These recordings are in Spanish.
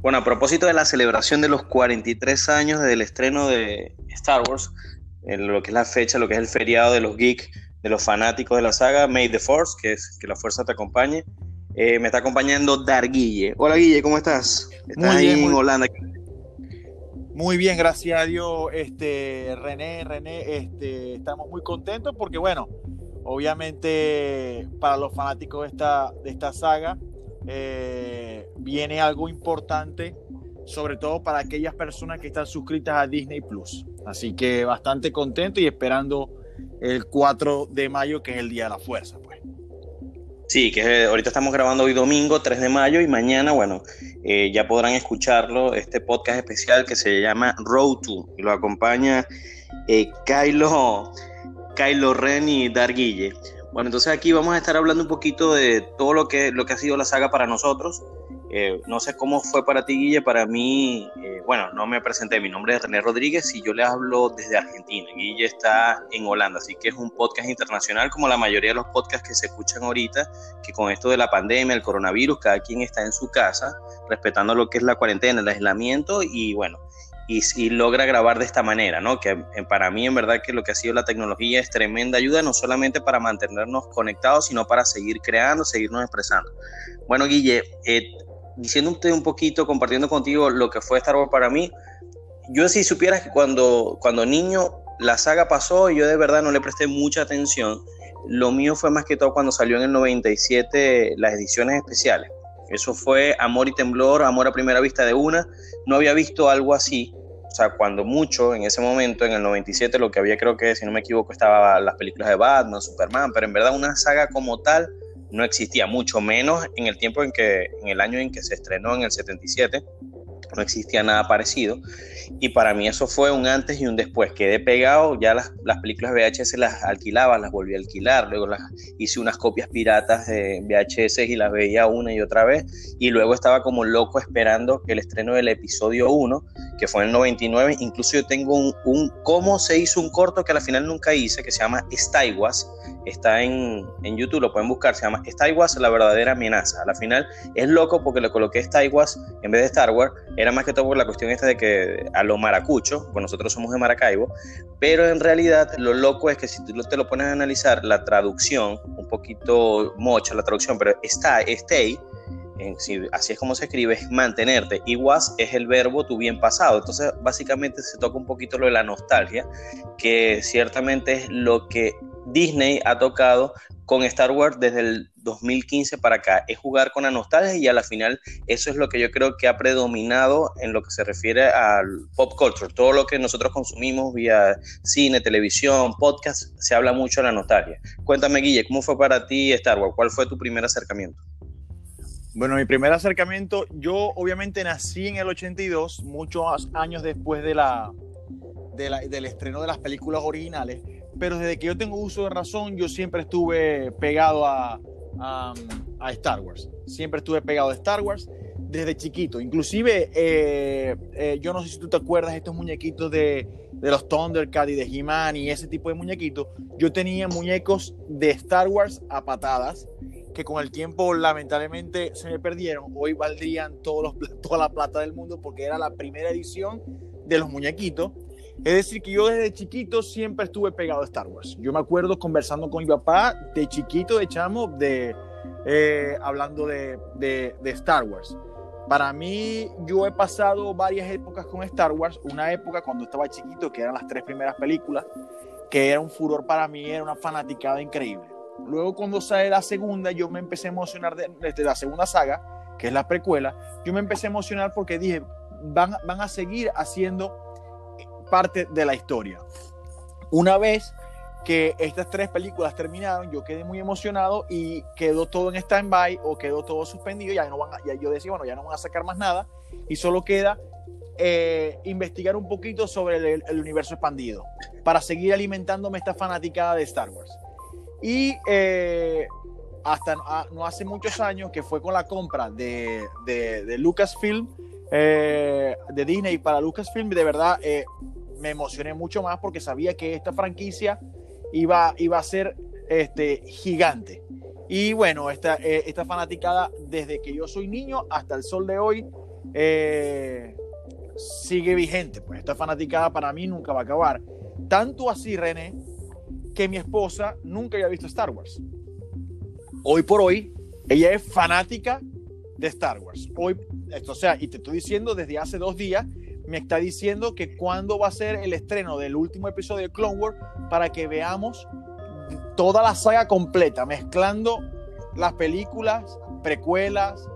Bueno, a propósito de la celebración de los 43 años desde el estreno de Star Wars, en lo que es la fecha, lo que es el feriado de los geeks, de los fanáticos de la saga, May the Force, que es que la fuerza te acompañe, me está acompañando Darguille. Hola Guille, ¿cómo estás? ¿Estás Muy bien, ahí en Holanda? muy bien, gracias a Dios, estamos muy contentos porque, bueno, obviamente para los fanáticos de esta saga viene algo importante, sobre todo para aquellas personas que están suscritas a Disney Plus. Así que bastante contento y esperando el 4 de mayo, que es el Día de la Fuerza, pues. Sí, que ahorita estamos grabando hoy domingo 3 de mayo y mañana, bueno, ya podrán escucharlo, este podcast especial que se llama Road to, y lo acompaña Kylo Ren y Darguille. Bueno, entonces aquí vamos a estar hablando un poquito de todo lo que ha sido la saga para nosotros. No sé cómo fue para ti, Guille. Para mí, bueno, no me presenté, mi nombre es René Rodríguez y yo le hablo desde Argentina. Guille está en Holanda, así que es un podcast internacional como la mayoría de los podcasts que se escuchan ahorita, que con esto de la pandemia, el coronavirus, cada quien está en su casa, respetando lo que es la cuarentena, el aislamiento y bueno, y logra grabar de esta manera, ¿no? Que para mí en verdad que lo que ha sido la tecnología es tremenda ayuda, no solamente para mantenernos conectados, sino para seguir creando, seguirnos expresando. Bueno, Guille, diciéndote un poquito, compartiendo contigo lo que fue Star Wars para mí, yo si supieras que cuando niño la saga pasó y yo de verdad no le presté mucha atención, lo mío fue más que todo cuando salió en el 97 las ediciones especiales. Eso fue amor y temblor, amor a primera vista de una. No había visto algo así. O sea, cuando mucho, en ese momento, en el 97, lo que había, creo que, si no me equivoco, estaba las películas de Batman, Superman, pero en verdad una saga como tal no existía, mucho menos en el tiempo en el año en que se estrenó, en el 77, no existía nada parecido. Y para mí eso fue un antes y un después. Quedé pegado, ya las películas VHS las alquilaba, las volví a alquilar, luego hice unas copias piratas de VHS y las veía una y otra vez, y luego estaba como loco esperando el estreno del episodio 1, que fue en el 99. Incluso yo tengo cómo se hizo un corto que al final nunca hice, que se llama Star Wars, está en YouTube, lo pueden buscar, se llama Star Wars, la verdadera amenaza. A la final es loco porque le coloqué Star Wars en vez de Star Wars, era más que todo por la cuestión esta de que a lo maracucho, pues nosotros somos de Maracaibo, pero en realidad lo loco es que si tú te lo pones a analizar, la traducción, un poquito mocha la traducción, pero stay, así es como se escribe, es mantenerte, y was es el verbo tu bien pasado. Entonces básicamente se toca un poquito lo de la nostalgia, que ciertamente es lo que Disney ha tocado con Star Wars desde el 2015 para acá, es jugar con la nostalgia, y a la final eso es lo que yo creo que ha predominado en lo que se refiere al pop culture. Todo lo que nosotros consumimos vía cine, televisión, podcast, se habla mucho de la nostalgia. Cuéntame, Guille, ¿cómo fue para ti Star Wars? ¿Cuál fue tu primer acercamiento? Bueno, mi primer acercamiento, yo obviamente nací en el 82, muchos años después del estreno de las películas originales, pero desde que yo tengo uso de razón, yo siempre estuve pegado a Star Wars. Siempre estuve pegado a Star Wars desde chiquito. Inclusive, yo no sé si tú te acuerdas de estos muñequitos de los Thundercats y de He-Man y ese tipo de muñequitos. Yo tenía muñecos de Star Wars a patadas, que con el tiempo lamentablemente se me perdieron. Hoy valdrían toda la plata del mundo porque era la primera edición de los muñequitos. Es decir, que yo desde chiquito siempre estuve pegado a Star Wars. Yo me acuerdo conversando con mi papá de chiquito, de chamo, hablando de Star Wars. Para mí, yo he pasado varias épocas con Star Wars. Una época cuando estaba chiquito, que eran las 3 primeras películas, que era un furor para mí, era una fanaticada increíble. Luego, cuando sale la segunda, yo me empecé a emocionar desde la segunda saga, que es la precuela. Yo me empecé a emocionar porque dije, van a seguir haciendo parte de la historia. Una vez que estas 3 películas terminaron, yo quedé muy emocionado y quedó todo en stand-by o quedó todo suspendido. Ya yo decía, bueno, ya no van a sacar más nada y solo queda investigar un poquito sobre el universo expandido para seguir alimentándome esta fanaticada de Star Wars. Y hasta no hace muchos años, que fue con la compra de Lucasfilm, de Disney para Lucasfilm, de verdad me emocioné mucho más porque sabía que esta franquicia iba a ser gigante. Y bueno, esta fanaticada, desde que yo soy niño hasta el sol de hoy, sigue vigente. Pues esta fanaticada para mí nunca va a acabar. Tanto así, René, que mi esposa nunca había visto Star Wars. Hoy por hoy, ella es fanática de Star Wars. Hoy, esto, o sea, y te estoy diciendo desde hace 2 días, me está diciendo que cuándo va a ser el estreno del último episodio de Clone Wars para que veamos toda la saga completa, mezclando las películas, precuelas,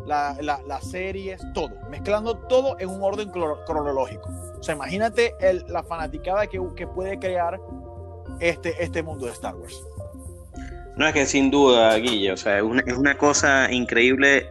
las series, todo, mezclando todo en un orden cronológico. O sea, imagínate la fanaticada que puede crear este mundo de Star Wars. No, es que sin duda, Guille, o sea, es una cosa increíble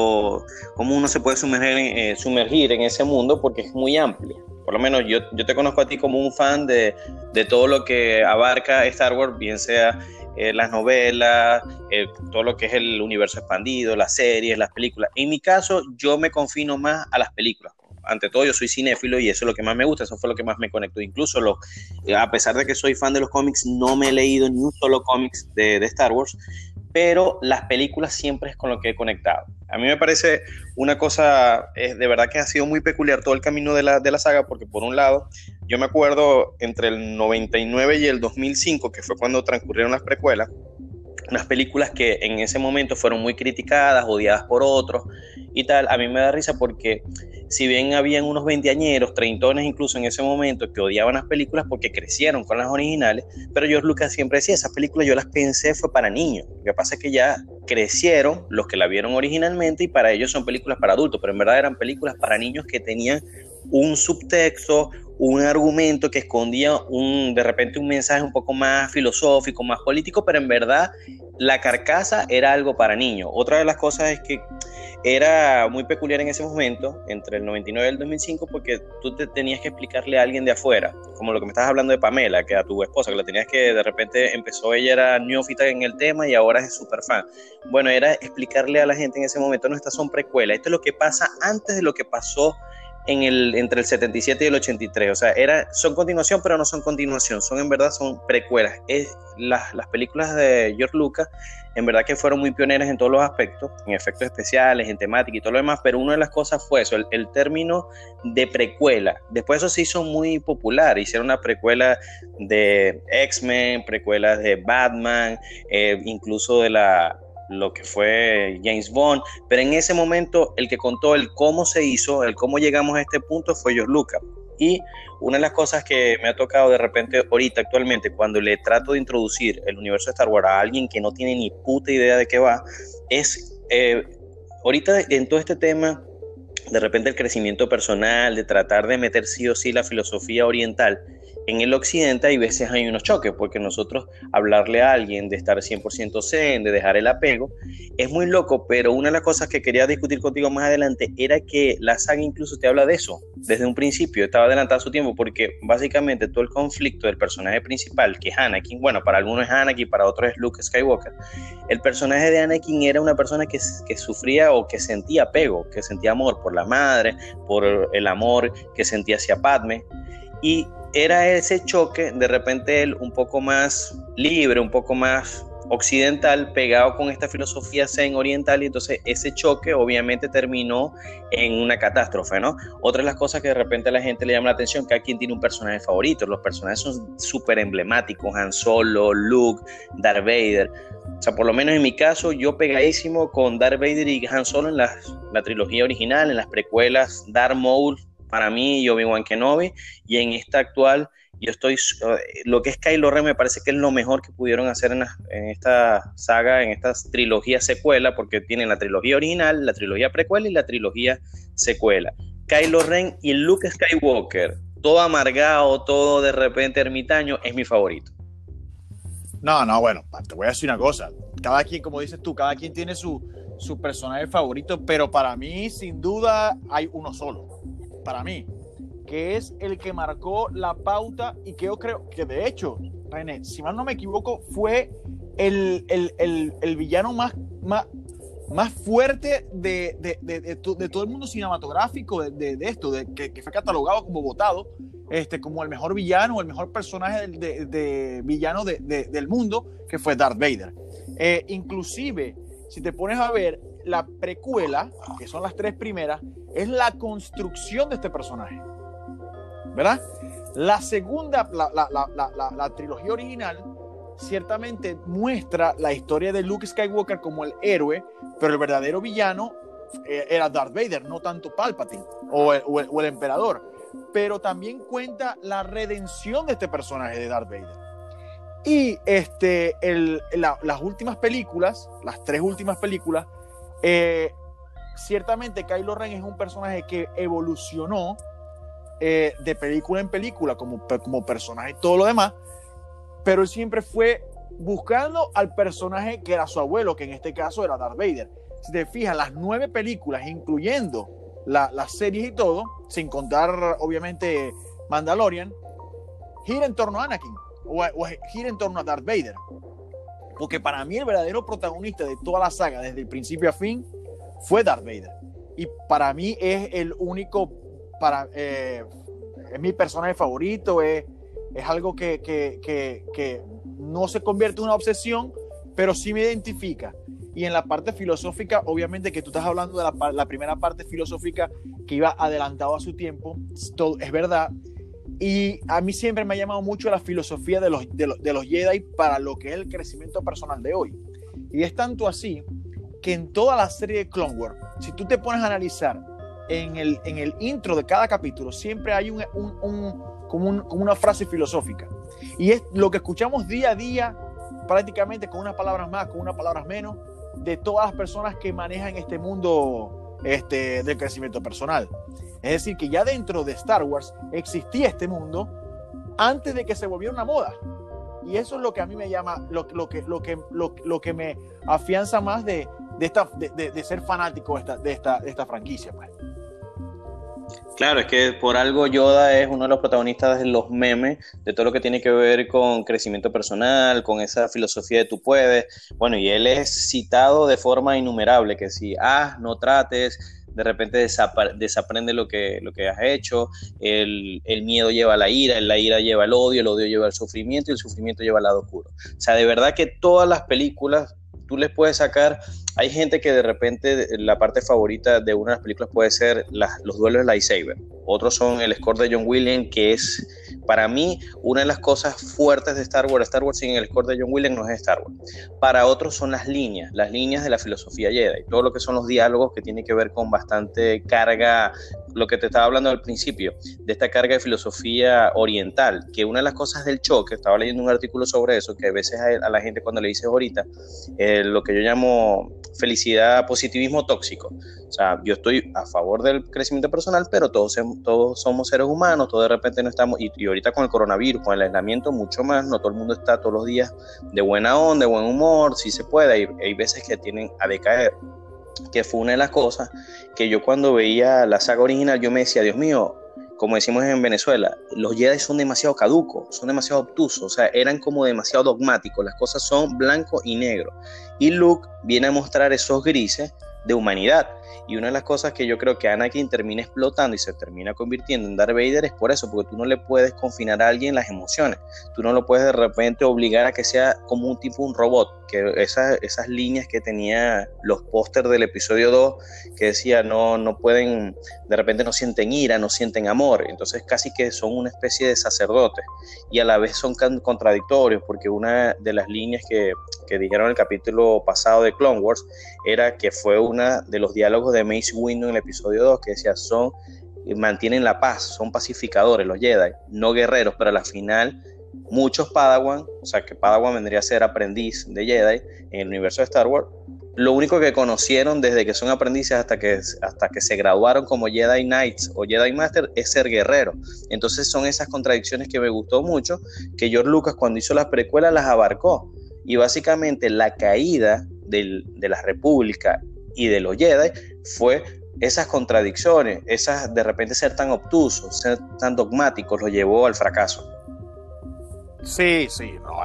cómo uno se puede sumergir en ese mundo, porque es muy amplio. Por lo menos yo te conozco a ti como un fan de todo lo que abarca Star Wars, bien sea las novelas, todo lo que es el universo expandido, las series, las películas. En mi caso, yo me confino más a las películas. Ante todo, yo soy cinéfilo y eso es lo que más me gusta, eso fue lo que más me conectó. Incluso, a pesar de que soy fan de los cómics, no me he leído ni un solo cómics de Star Wars, pero las películas siempre es con lo que he conectado. A mí me parece una cosa, de verdad que ha sido muy peculiar todo el camino de la saga, porque por un lado, yo me acuerdo entre el 99 y el 2005, que fue cuando transcurrieron las precuelas, unas películas que en ese momento fueron muy criticadas, odiadas por otros y tal. A mí me da risa porque si bien habían unos veinteañeros, treintones incluso en ese momento que odiaban las películas porque crecieron con las originales, pero George Lucas siempre decía, esas películas yo las pensé fue para niños. Lo que pasa es que ya crecieron los que la vieron originalmente y para ellos son películas para adultos, pero en verdad eran películas para niños que tenían un subtexto, un argumento que escondía de repente un mensaje un poco más filosófico, más político, pero en verdad la carcasa era algo para niños. Otra de las cosas es que era muy peculiar en ese momento, entre el 99 y el 2005, porque tú te tenías que explicarle a alguien de afuera, como lo que me estabas hablando de Pamela, que a tu esposa, que la tenías que de repente empezó, ella era neófita en el tema y ahora es súper fan. Bueno, era explicarle a la gente en ese momento, no, estas son precuelas, esto es lo que pasa antes de lo que pasó entre el 77 y el 83, o sea, son continuación, pero no son continuación, en verdad son precuelas. Las películas de George Lucas, en verdad que fueron muy pioneras en todos los aspectos, en efectos especiales, en temática y todo lo demás, pero una de las cosas fue eso, el término de precuela. Después eso se hizo muy popular, hicieron una precuela de X-Men, precuelas de Batman, incluso de lo que fue James Bond, pero en ese momento el que contó el cómo se hizo, el cómo llegamos a este punto fue George Lucas. Y una de las cosas que me ha tocado de repente ahorita actualmente, cuando le trato de introducir el universo de Star Wars a alguien que no tiene ni puta idea de qué va, es ahorita en todo este tema, de repente el crecimiento personal, de tratar de meter sí o sí la filosofía oriental en el occidente, hay veces hay unos choques, porque nosotros hablarle a alguien de estar 100% zen, de dejar el apego, es muy loco, pero una de las cosas que quería discutir contigo más adelante era que la saga incluso te habla de eso, desde un principio, estaba adelantada a su tiempo, porque básicamente todo el conflicto del personaje principal, que es Anakin, bueno, para algunos es Anakin, para otros es Luke Skywalker, el personaje de Anakin era una persona que sufría o que sentía apego, que sentía amor por la madre, por el amor que sentía hacia Padme, y era ese choque, de repente él un poco más libre, un poco más occidental, pegado con esta filosofía zen oriental, y entonces ese choque obviamente terminó en una catástrofe, ¿no? Otra de las cosas que de repente a la gente le llama la atención, cada quien tiene un personaje favorito, los personajes son súper emblemáticos, Han Solo, Luke, Darth Vader, o sea, por lo menos en mi caso, yo pegadísimo con Darth Vader y Han Solo en la trilogía original, en las precuelas, Darth Maul, para mí, y Obi-Wan Kenobi, y en esta actual, yo estoy, lo que es Kylo Ren me parece que es lo mejor que pudieron hacer en esta saga, en esta trilogía secuela, porque tienen la trilogía original, la trilogía precuela y la trilogía secuela. Kylo Ren y Luke Skywalker, todo amargado, todo de repente ermitaño, es mi favorito. No, bueno, te voy a decir una cosa, cada quien, como dices tú, cada quien tiene su personaje favorito, pero para mí, sin duda, hay uno solo. Para mí, que es el que marcó la pauta y que yo creo que de hecho, René, si mal no me equivoco, fue el villano más fuerte de todo el mundo cinematográfico de esto, que fue catalogado como votado como el mejor villano o el mejor personaje de villano del mundo, que fue Darth Vader. Inclusive, si te pones a ver, la precuela, que son las 3 primeras, es la construcción de este personaje, ¿verdad? La segunda, la trilogía original, ciertamente muestra la historia de Luke Skywalker como el héroe, pero el verdadero villano era Darth Vader, no tanto Palpatine o el emperador. Pero también cuenta la redención de este personaje de Darth Vader. Y las últimas películas, las 3 últimas películas, ciertamente Kylo Ren es un personaje que evolucionó de película en película como personaje y todo lo demás, pero él siempre fue buscando al personaje que era su abuelo, que en este caso era Darth Vader. Si te fijas, las 9 películas, incluyendo las series y todo, sin contar obviamente Mandalorian, gira en torno a Anakin o gira en torno a Darth Vader, porque para mí el verdadero protagonista de toda la saga desde el principio a fin fue Darth Vader, y para mí es el único, es mi personaje favorito, es algo que no se convierte en una obsesión, pero sí me identifica. Y en la parte filosófica, obviamente que tú estás hablando de la primera parte filosófica que iba adelantado a su tiempo, todo, es verdad. Y a mí siempre me ha llamado mucho la filosofía de los Jedi para lo que es el crecimiento personal de hoy. Y es tanto así que en toda la serie de Clone Wars, si tú te pones a analizar en el intro de cada capítulo, siempre hay como una frase filosófica. Y es lo que escuchamos día a día, prácticamente con unas palabras más, con unas palabras menos, de todas las personas que manejan este mundo del crecimiento personal. Es decir, que ya dentro de Star Wars existía este mundo antes de que se volviera una moda. Y eso es lo que a mí me llama, lo que me afianza más de ser fanático de esta franquicia, pues. Claro, es que por algo Yoda es uno de los protagonistas de los memes, de todo lo que tiene que ver con crecimiento personal, con esa filosofía de tú puedes. Bueno, y él es citado de forma innumerable, que si no trates, de repente desaprende lo que has hecho, el miedo lleva a la ira lleva al odio, el odio lleva al sufrimiento y el sufrimiento lleva al lado oscuro. O sea, de verdad que todas las películas tú les puedes sacar. Hay gente que de repente la parte favorita de una de las películas puede ser los duelos de lightsaber. Otros son el score de John Williams, que es para mí una de las cosas fuertes de Star Wars. Star Wars sin el score de John Williams no es Star Wars. Para otros son las líneas de la filosofía Jedi, todo lo que son los diálogos que tiene que ver con bastante carga, lo que te estaba hablando al principio, de esta carga de filosofía oriental, que una de las cosas del choque, estaba leyendo un artículo sobre eso, que a veces a la gente cuando le dices ahorita, lo que yo llamo felicidad, positivismo tóxico. O sea, yo estoy a favor del crecimiento personal, pero todos somos seres humanos, todos de repente no estamos, y ahorita con el coronavirus, con el aislamiento, mucho más, no todo el mundo está todos los días de buena onda, de buen humor, si se puede, hay veces que tienen a decaer, que fue una de las cosas que yo cuando veía la saga original, yo me decía, Dios mío, como decimos en Venezuela, los Jedi son demasiado caducos, son demasiado obtusos, o sea, eran como demasiado dogmáticos, las cosas son blanco y negro, y Luke viene a mostrar esos grises de humanidad. Y una de las cosas que yo creo que Anakin termina explotando y se termina convirtiendo en Darth Vader es por eso, porque tú no le puedes confinar a alguien las emociones, tú no lo puedes de repente obligar a que sea como un robot, que esas líneas que tenía los pósters del episodio 2, que decía no pueden, de repente no sienten ira, no sienten amor, entonces casi que son una especie de sacerdotes, y a la vez son contradictorios, porque una de las líneas que dijeron en el capítulo pasado de Clone Wars era que fue una de los diálogos de Mace Windu en el episodio 2, que decía, mantienen la paz, son pacificadores los Jedi, no guerreros, pero a la final muchos Padawan, o sea que Padawan vendría a ser aprendiz de Jedi en el universo de Star Wars, lo único que conocieron desde que son aprendices hasta que se graduaron como Jedi Knights o Jedi Master es ser guerrero. Entonces son esas contradicciones que me gustó mucho, que George Lucas cuando hizo las precuelas las abarcó, y básicamente la caída de la República y de los Jedi fue esas contradicciones, esas de repente ser tan obtusos, ser tan dogmáticos, lo llevó al fracaso. Sí, no,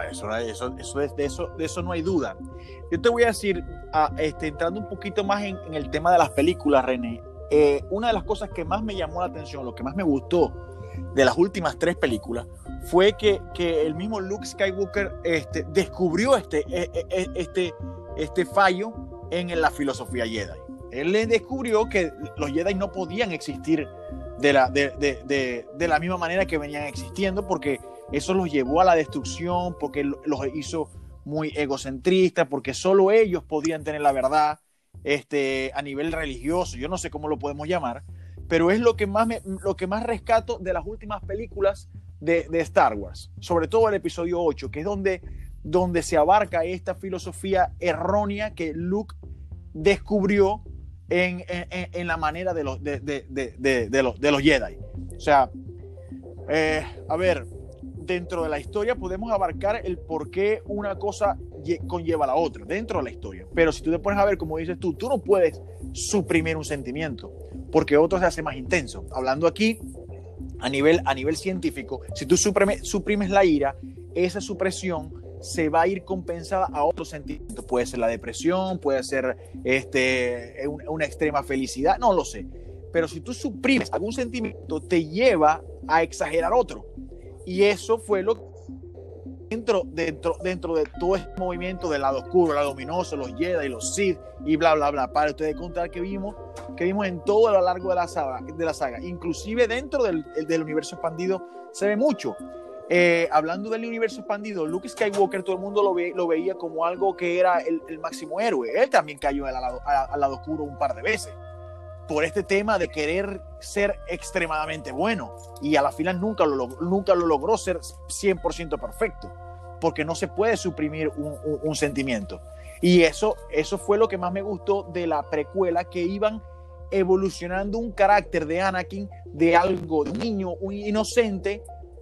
de eso no hay duda. Yo te voy a decir, entrando un poquito más en el tema de las películas, René, una de las cosas que más me llamó la atención, lo que más me gustó de las últimas 3 películas, fue que el mismo Luke Skywalker descubrió este fallo en la filosofía Jedi. Él le descubrió que los Jedi no podían existir de la misma manera que venían existiendo, porque eso los llevó a la destrucción, porque los hizo muy egocentristas, porque solo ellos podían tener la verdad a nivel religioso. Yo no sé cómo lo podemos llamar, pero es lo que más rescato de las últimas películas de Star Wars, sobre todo el episodio 8, que es donde se abarca esta filosofía errónea que Luke descubrió en la manera de los Jedi. O sea, a ver, dentro de la historia podemos abarcar el por qué una cosa conlleva a la otra, dentro de la historia. Pero si tú te pones a ver, como dices tú no puedes suprimir un sentimiento, porque otro se hace más intenso. Hablando aquí a nivel científico, si tú suprimes la ira, esa supresión se va a ir compensada a otros sentimientos. Puede ser la depresión, puede ser una extrema felicidad, no lo sé. Pero si tú suprimes algún sentimiento, te lleva a exagerar otro. Y eso fue lo que dentro de todo este movimiento del lado oscuro, el lado luminoso, los Jedi, los Sith y bla, bla, bla. Para ustedes contar que vimos en todo a lo largo de la saga. Inclusive dentro del universo expandido se ve mucho. Hablando del universo expandido, Luke Skywalker, todo el mundo lo veía como algo que era el máximo héroe. Él también cayó al lado oscuro un par de veces por este tema de querer ser extremadamente bueno, y a la final nunca lo logró ser 100% perfecto, porque no se puede suprimir un sentimiento. Y eso fue lo que más me gustó de la precuela, que iban evolucionando un carácter de Anakin, de un niño, un inocente,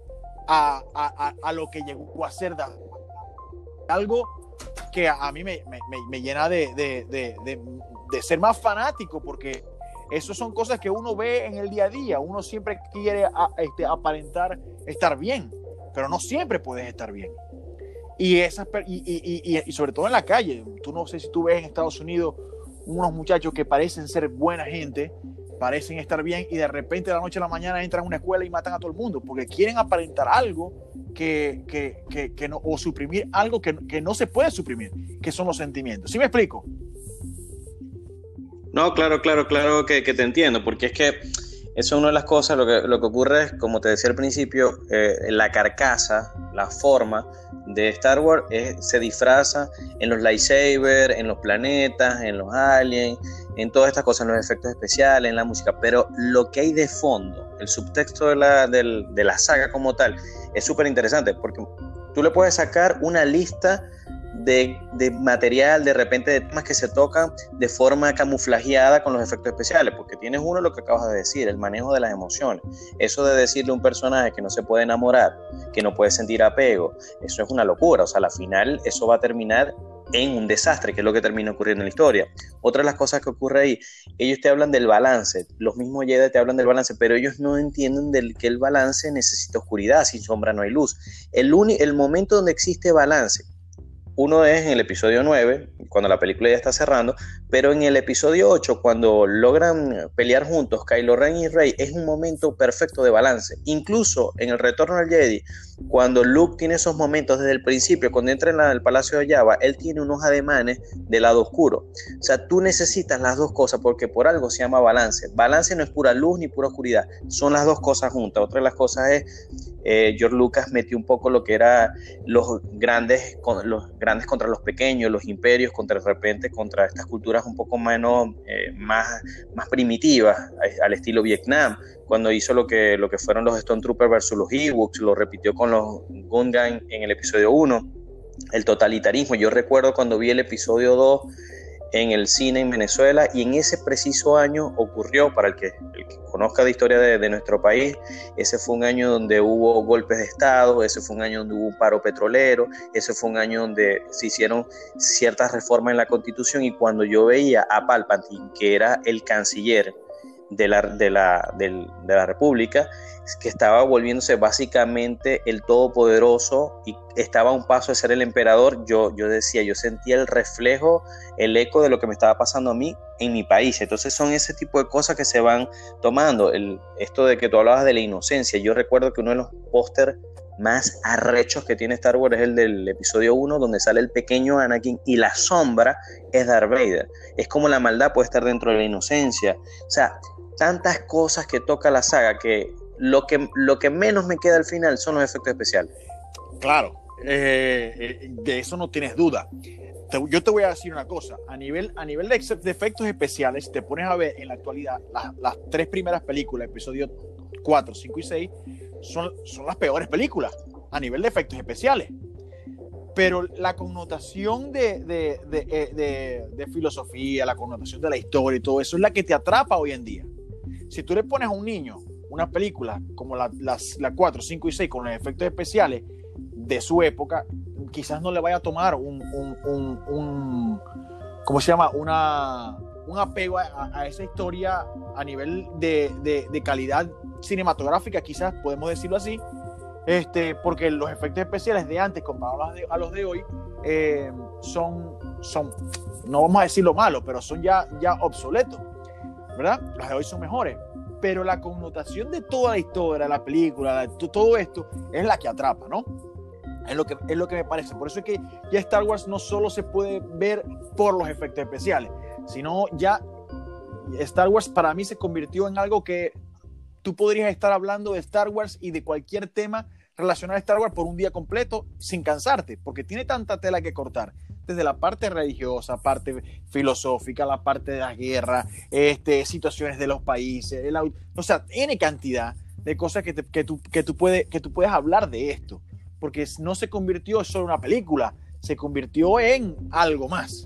a lo que llegó a ser algo que a mí me llena de ser más fanático, porque eso son cosas que uno ve en el día a día. Uno siempre quiere aparentar estar bien, pero no siempre puedes estar bien. Y sobre todo en la calle. Tú no sé si tú ves en Estados Unidos unos muchachos que parecen ser buena gente, parecen estar bien, y de repente de la noche a la mañana entran a una escuela y matan a todo el mundo porque quieren aparentar algo que no, o suprimir algo que no se puede suprimir, que son los sentimientos. ¿Sí me explico? No, claro que te entiendo, porque es que eso es una de las cosas. Lo que ocurre es, como te decía al principio, la carcasa, la forma de Star Wars se disfraza en los lightsabers, en los planetas, en los aliens, en todas estas cosas, en los efectos especiales, en la música, pero lo que hay de fondo, el subtexto de la saga como tal, es súper interesante, porque tú le puedes sacar una lista de material, de repente de temas que se tocan de forma camuflajeada con los efectos especiales, porque tienes uno, lo que acabas de decir, el manejo de las emociones, eso de decirle a un personaje que no se puede enamorar, que no puede sentir apego, eso es una locura. O sea, al final eso va a terminar en un desastre, que es lo que termina ocurriendo en la historia. Otra de las cosas que ocurre ahí, ellos te hablan del balance, los mismos Jedi te hablan del balance, pero ellos no entienden que el balance necesita oscuridad, sin sombra no hay luz. El momento donde existe balance, uno es en el episodio 9, cuando la película ya está cerrando, pero en el episodio 8, cuando logran pelear juntos Kylo Ren y Rey, es un momento perfecto de balance. Incluso en el Retorno al Jedi, cuando Luke tiene esos momentos desde el principio, cuando entra en el Palacio de Jabba, él tiene unos ademanes del lado oscuro. O sea, tú necesitas las dos cosas, porque por algo se llama balance. Balance no es pura luz ni pura oscuridad, son las dos cosas juntas. Otra de las cosas es, George Lucas metió un poco lo que era los grandes contra los pequeños, los imperios contra estas culturas un poco menos más primitivas, al estilo Vietnam, cuando hizo lo que fueron los Stormtroopers versus los Ewoks, lo repitió con los Gungans en el episodio 1, el totalitarismo. Yo recuerdo cuando vi el episodio 2 en el cine en Venezuela, y en ese preciso año ocurrió, para el que conozca de historia de nuestro país, ese fue un año donde hubo golpes de Estado, ese fue un año donde hubo un paro petrolero, ese fue un año donde se hicieron ciertas reformas en la Constitución, y cuando yo veía a Palpatine, que era el canciller de la República, que estaba volviéndose básicamente el todopoderoso y estaba a un paso de ser el emperador, yo decía, yo sentía el reflejo, el eco de lo que me estaba pasando a mí en mi país. Entonces son ese tipo de cosas que se van tomando. Esto de que tú hablabas de la inocencia, yo recuerdo que uno de los pósters más arrechos que tiene Star Wars es el del episodio 1, donde sale el pequeño Anakin y la sombra es Darth Vader. Es como la maldad puede estar dentro de la inocencia. O sea, tantas cosas que toca la saga que lo que menos me queda al final son los efectos especiales. Claro, de eso no tienes duda. Yo te voy a decir una cosa, a nivel de efectos especiales, te pones a ver en la actualidad las 3 primeras películas, episodios 4, 5 y 6, son las peores películas a nivel de efectos especiales. Pero la connotación de filosofía, la connotación de la historia y todo eso es la que te atrapa hoy en día. Si tú le pones a un niño una película como la 4, 5 y 6 con los efectos especiales de su época, quizás no le vaya a tomar ¿cómo se llama? Un apego a esa historia a nivel de calidad cinematográfica, quizás podemos decirlo así, porque los efectos especiales de antes comparados a los de hoy son, no vamos a decirlo malo, pero son ya obsoletos, ¿verdad? Los de hoy son mejores, pero la connotación de toda la historia, la película, todo esto es la que atrapa, ¿no? Es lo que me parece. Por eso es que ya Star Wars no solo se puede ver por los efectos especiales, sino ya Star Wars para mí se convirtió en algo que tú podrías estar hablando de Star Wars y de cualquier tema relacionado a Star Wars por un día completo sin cansarte, porque tiene tanta tela que cortar, desde la parte religiosa, parte filosófica, la parte de la guerra, situaciones de los países, o sea, N cantidad de cosas que tú puedes hablar de esto, porque no se convirtió solo en una película, se convirtió en algo más.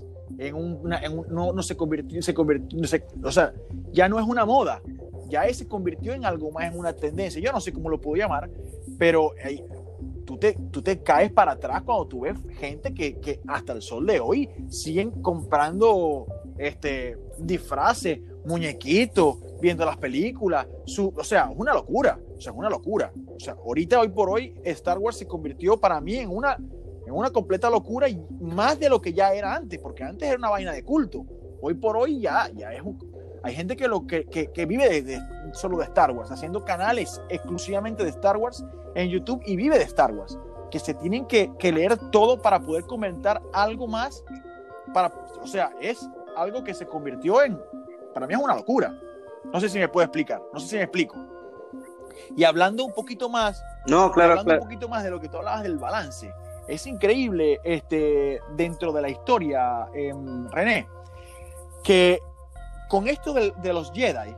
O sea, ya no es una moda, ya se convirtió en algo más, en una tendencia. Yo no sé cómo lo puedo llamar, pero tú te caes para atrás cuando tú ves gente que hasta el sol de hoy siguen comprando disfraces, muñequitos, viendo las películas. O sea, es una locura. O sea, ahorita, hoy por hoy, Star Wars se convirtió para mí en una completa locura, y más de lo que ya era antes, porque antes era una vaina de culto. Hoy por hoy ya es hay gente que vive solo de Star Wars, haciendo canales exclusivamente de Star Wars en YouTube, y vive de Star Wars, que se tienen que leer todo para poder comentar algo más. O sea, es algo que se convirtió para mí es una locura. No sé si me puedo explicar, no sé si me explico. Y hablando un poquito más, un poquito más de lo que tú hablabas del balance, es increíble dentro de la historia, René, que con esto de los Jedi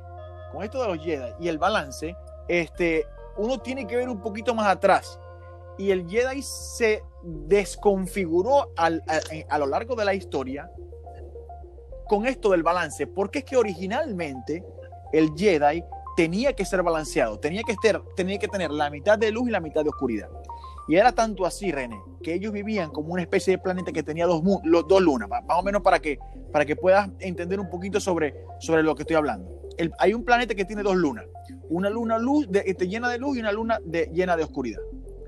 y el balance, uno tiene que ver un poquito más atrás, y el Jedi se desconfiguró a lo largo de la historia con esto del balance, porque es que originalmente el Jedi tenía que ser balanceado, tenía que tener la mitad de luz y la mitad de oscuridad. Y era tanto así, René, que ellos vivían como una especie de planeta que tenía dos lunas, más o menos para que puedas entender un poquito sobre lo que estoy hablando. Hay un planeta que tiene 2 lunas, una luna llena de luz y una luna llena de oscuridad.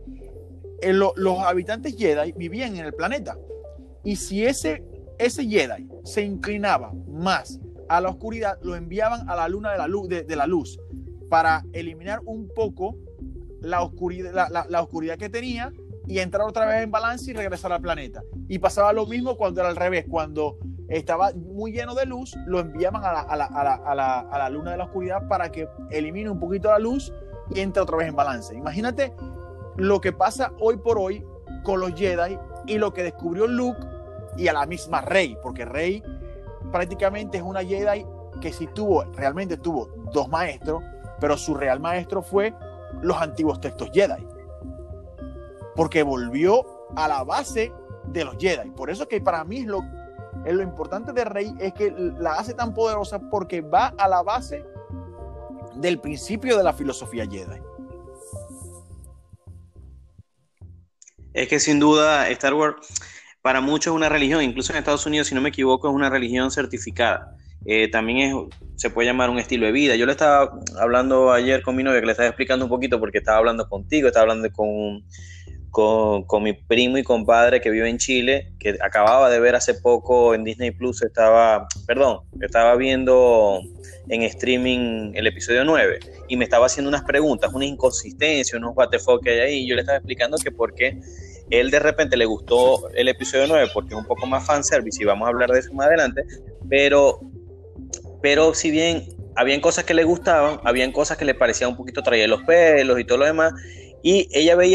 Los habitantes Jedi vivían en el planeta, y si ese Jedi se inclinaba más a la oscuridad, lo enviaban a la luna de la luz para eliminar un poco la oscuridad que tenía, y entrar otra vez en balance y regresar al planeta. Y pasaba lo mismo cuando era al revés, cuando estaba muy lleno de luz, lo enviaban a la luna de la oscuridad para que elimine un poquito la luz y entre otra vez en balance. Imagínate lo que pasa hoy por hoy con los Jedi y lo que descubrió Luke y a la misma Rey, porque Rey prácticamente es una Jedi que sí realmente tuvo 2 maestros, pero su real maestro fue los antiguos textos Jedi, porque volvió a la base de los Jedi. Por eso que para mí lo importante de Rey es que la hace tan poderosa, porque va a la base del principio de la filosofía Jedi. Es que sin duda Star Wars para muchos es una religión, incluso en Estados Unidos, si no me equivoco, es una religión certificada. También se puede llamar un estilo de vida. Yo le estaba hablando ayer con mi novia, que le estaba explicando un poquito, porque estaba hablando contigo, estaba hablando con mi primo y compadre que vive en Chile, que acababa de ver hace poco en Disney Plus, estaba viendo en streaming el episodio 9 y me estaba haciendo unas preguntas, una inconsistencia, unos what the fuck que hay ahí, y yo le estaba explicando que por qué él de repente le gustó el episodio 9 porque es un poco más fanservice y vamos a hablar de eso más adelante, pero si bien habían cosas que le gustaban, habían cosas que le parecían un poquito traídas los pelos y todo lo demás, y ella veía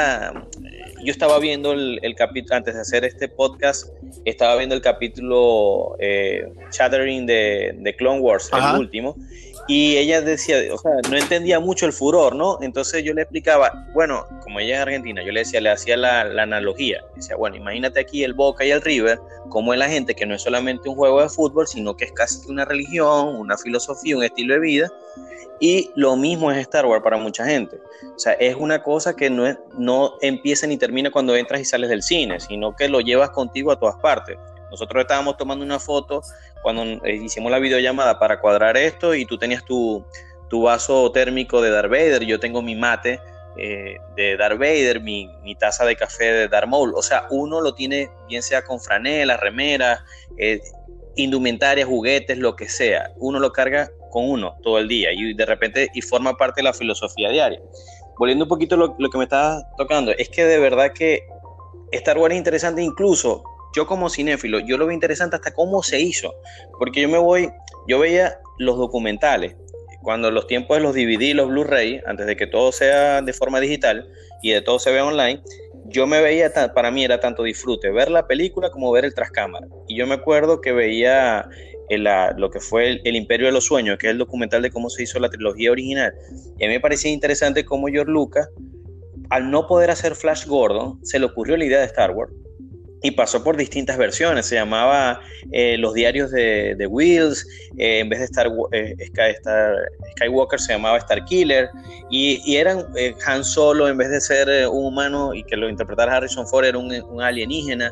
yo estaba viendo el capítulo, antes de hacer este podcast, estaba viendo el capítulo Shattering de Clone Wars, el último, y ella decía, o sea, no entendía mucho el furor, ¿no? Entonces yo le explicaba, bueno, como ella es argentina, yo le hacía la analogía, decía, bueno, imagínate aquí el Boca y el River, como es la gente que no es solamente un juego de fútbol, sino que es casi una religión, una filosofía, un estilo de vida, y lo mismo es Star Wars para mucha gente. O sea, es una cosa que no empieza ni termina cuando entras y sales del cine, sino que lo llevas contigo a todas partes. Nosotros estábamos tomando una foto cuando hicimos la videollamada para cuadrar esto y tú tenías tu vaso térmico de Darth Vader, yo tengo mi mate de Darth Vader, mi taza de café de Darth Maul. O sea, uno lo tiene bien sea con franelas, remeras, indumentarias, juguetes, lo que sea. Uno lo carga con uno todo el día y de repente forma parte de la filosofía diaria. Volviendo un poquito a lo que me estaba tocando, es que de verdad que Star Wars es interesante, incluso yo como cinéfilo, yo lo veo interesante hasta cómo se hizo, porque yo veía los documentales, cuando los tiempos de los DVD, los Blu-ray, antes de que todo sea de forma digital y de todo se vea online, yo me veía, para mí era tanto disfrute ver la película como ver el trascámara. Y yo me acuerdo que veía lo que fue el Imperio de los Sueños, que es el documental de cómo se hizo la trilogía original. Y a mí me parecía interesante cómo George Lucas, al no poder hacer Flash Gordon, se le ocurrió la idea de Star Wars. Y pasó por distintas versiones, se llamaba Los Diarios de Wills, en vez de Skywalker se llamaba Star Killer, y eran Han Solo, en vez de ser un humano y que lo interpretara Harrison Ford, era un alienígena.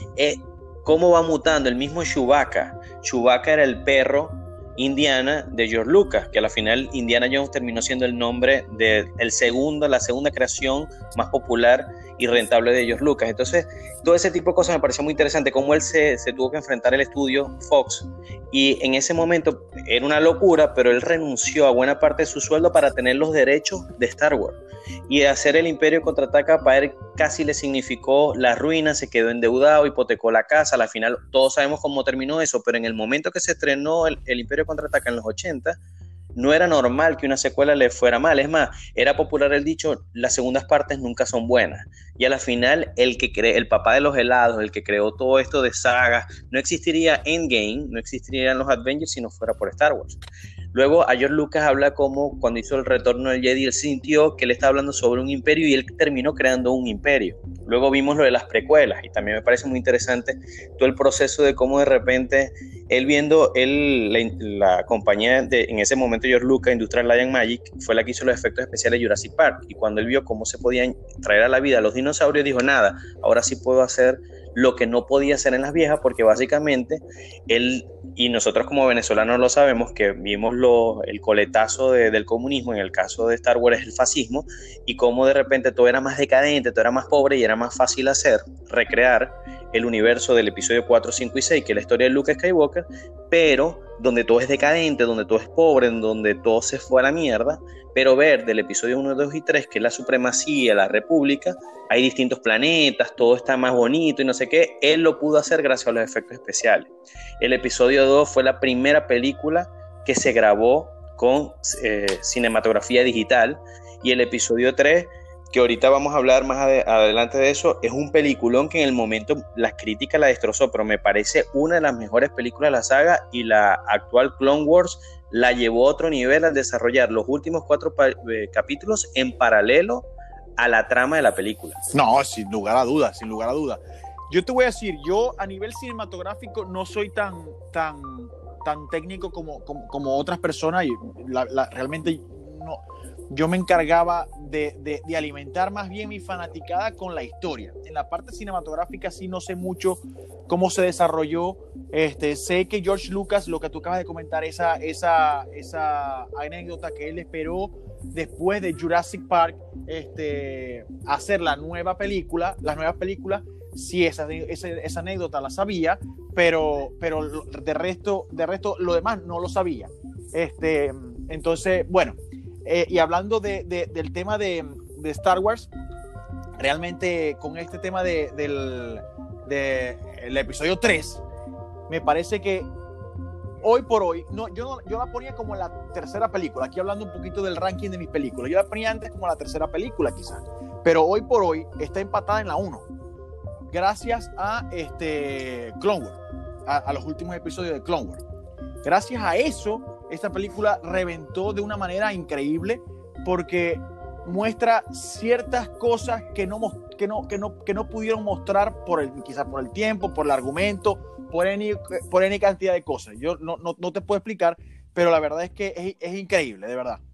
¿Cómo va mutando? El mismo Chewbacca era el perro Indiana de George Lucas, que a la final Indiana Jones terminó siendo el nombre de la segunda creación más popular y rentable de George Lucas. Entonces, todo ese tipo de cosas me pareció muy interesante, cómo él se tuvo que enfrentar al estudio Fox, y en ese momento era una locura, pero él renunció a buena parte de su sueldo para tener los derechos de Star Wars, y hacer el Imperio Contraataca para él casi le significó la ruina, se quedó endeudado, hipotecó la casa. Al final todos sabemos cómo terminó eso, pero en el momento que se estrenó el Imperio Contraataca en los 80, no era normal que una secuela le fuera mal. Es más, era popular el dicho, las segundas partes nunca son buenas. Y a la final, el papá de los helados, el que creó todo esto de sagas, no existiría Endgame, no existirían los Avengers si no fuera por Star Wars. Luego, a George Lucas habla como cuando hizo el Retorno del Jedi, él sintió que él estaba hablando sobre un imperio y él terminó creando un imperio. Luego vimos lo de las precuelas y también me parece muy interesante todo el proceso de cómo de repente él viendo la compañía en ese momento George Lucas, Industrial Light and Magic, fue la que hizo los efectos especiales de Jurassic Park, y cuando él vio cómo se podían traer a la vida a los dinosaurios, dijo, nada, ahora sí puedo hacer lo que no podía hacer en las viejas, porque básicamente él, y nosotros como venezolanos lo sabemos, que vimos el coletazo del comunismo, en el caso de Star Wars es el fascismo, y cómo de repente todo era más decadente, todo era más pobre y era más fácil recrear el universo del episodio 4, 5 y 6, que es la historia de Luke Skywalker, pero donde todo es decadente, donde todo es pobre, donde todo se fue a la mierda, pero ver del episodio 1, 2 y 3, que es la supremacía, la república, hay distintos planetas, todo está más bonito y no sé qué, él lo pudo hacer gracias a los efectos especiales. El episodio 2 fue la primera película que se grabó con cinematografía digital, y el episodio 3, que ahorita vamos a hablar más adelante de eso, es un peliculón que en el momento las críticas la destrozó, pero me parece una de las mejores películas de la saga, y la actual Clone Wars la llevó a otro nivel al desarrollar los últimos 4 capítulos en paralelo a la trama de la película. No, sin lugar a dudas, sin lugar a dudas. Yo te voy a decir, yo a nivel cinematográfico no soy tan técnico como otras personas, y realmente yo me encargaba de alimentar más bien mi fanaticada con la historia. En la parte cinematográfica sí no sé mucho cómo se desarrolló. Sé que George Lucas, lo que tú acabas de comentar, esa anécdota que él esperó después de Jurassic Park hacer las nuevas películas, sí, esa anécdota la sabía, pero de resto lo demás no lo sabía. Entonces, bueno, y hablando del tema de Star Wars, realmente con este tema del episodio 3, me parece que hoy por hoy, yo la ponía como la tercera película, aquí hablando un poquito del ranking de mis películas, yo la ponía antes como la tercera película quizás, pero hoy por hoy está empatada en la 1, gracias a Clone Wars, a los últimos episodios de Clone Wars. Gracias a eso, esta película reventó de una manera increíble porque muestra ciertas cosas que no pudieron mostrar quizás por el tiempo, por el argumento, por any cantidad de cosas. Yo no te puedo explicar, pero la verdad es que es increíble, de verdad.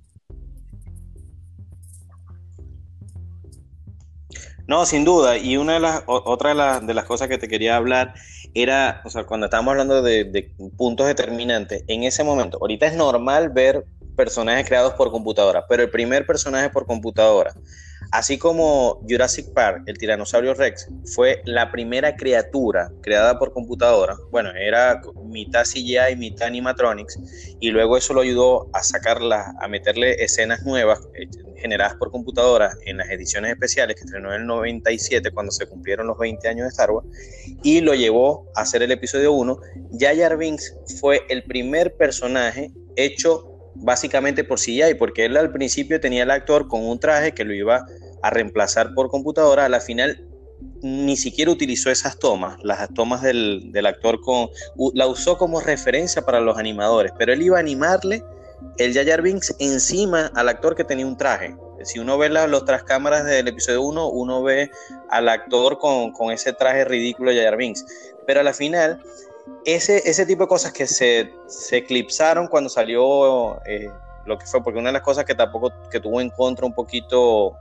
No, sin duda. Y otra de las cosas que te quería hablar era, o sea, cuando estábamos hablando de puntos determinantes, en ese momento, ahorita es normal ver personajes creados por computadora, pero el primer personaje por computadora, así como Jurassic Park, el tiranosaurio Rex, fue la primera criatura creada por computadora, bueno, era mitad CGI y mitad animatronics, y luego eso lo ayudó a meterle escenas nuevas generadas por computadora en las ediciones especiales que estrenó en el 97 cuando se cumplieron los 20 años de Star Wars, y lo llevó a hacer el episodio 1. Jar Jar Binks fue el primer personaje hecho básicamente por CGI, porque él al principio tenía el actor con un traje que lo iba a reemplazar por computadora. A la final ni siquiera utilizó esas tomas, las tomas del actor la usó como referencia para los animadores, pero él iba a animarle el Jar Jar Binks encima al actor que tenía un traje. Si uno ve los tras cámaras del episodio 1, uno ve al actor con ese traje ridículo de Jar Jar Binks, pero a la final ese tipo de cosas que se eclipsaron cuando salió lo que fue, porque una de las cosas que tuvo en contra un poquito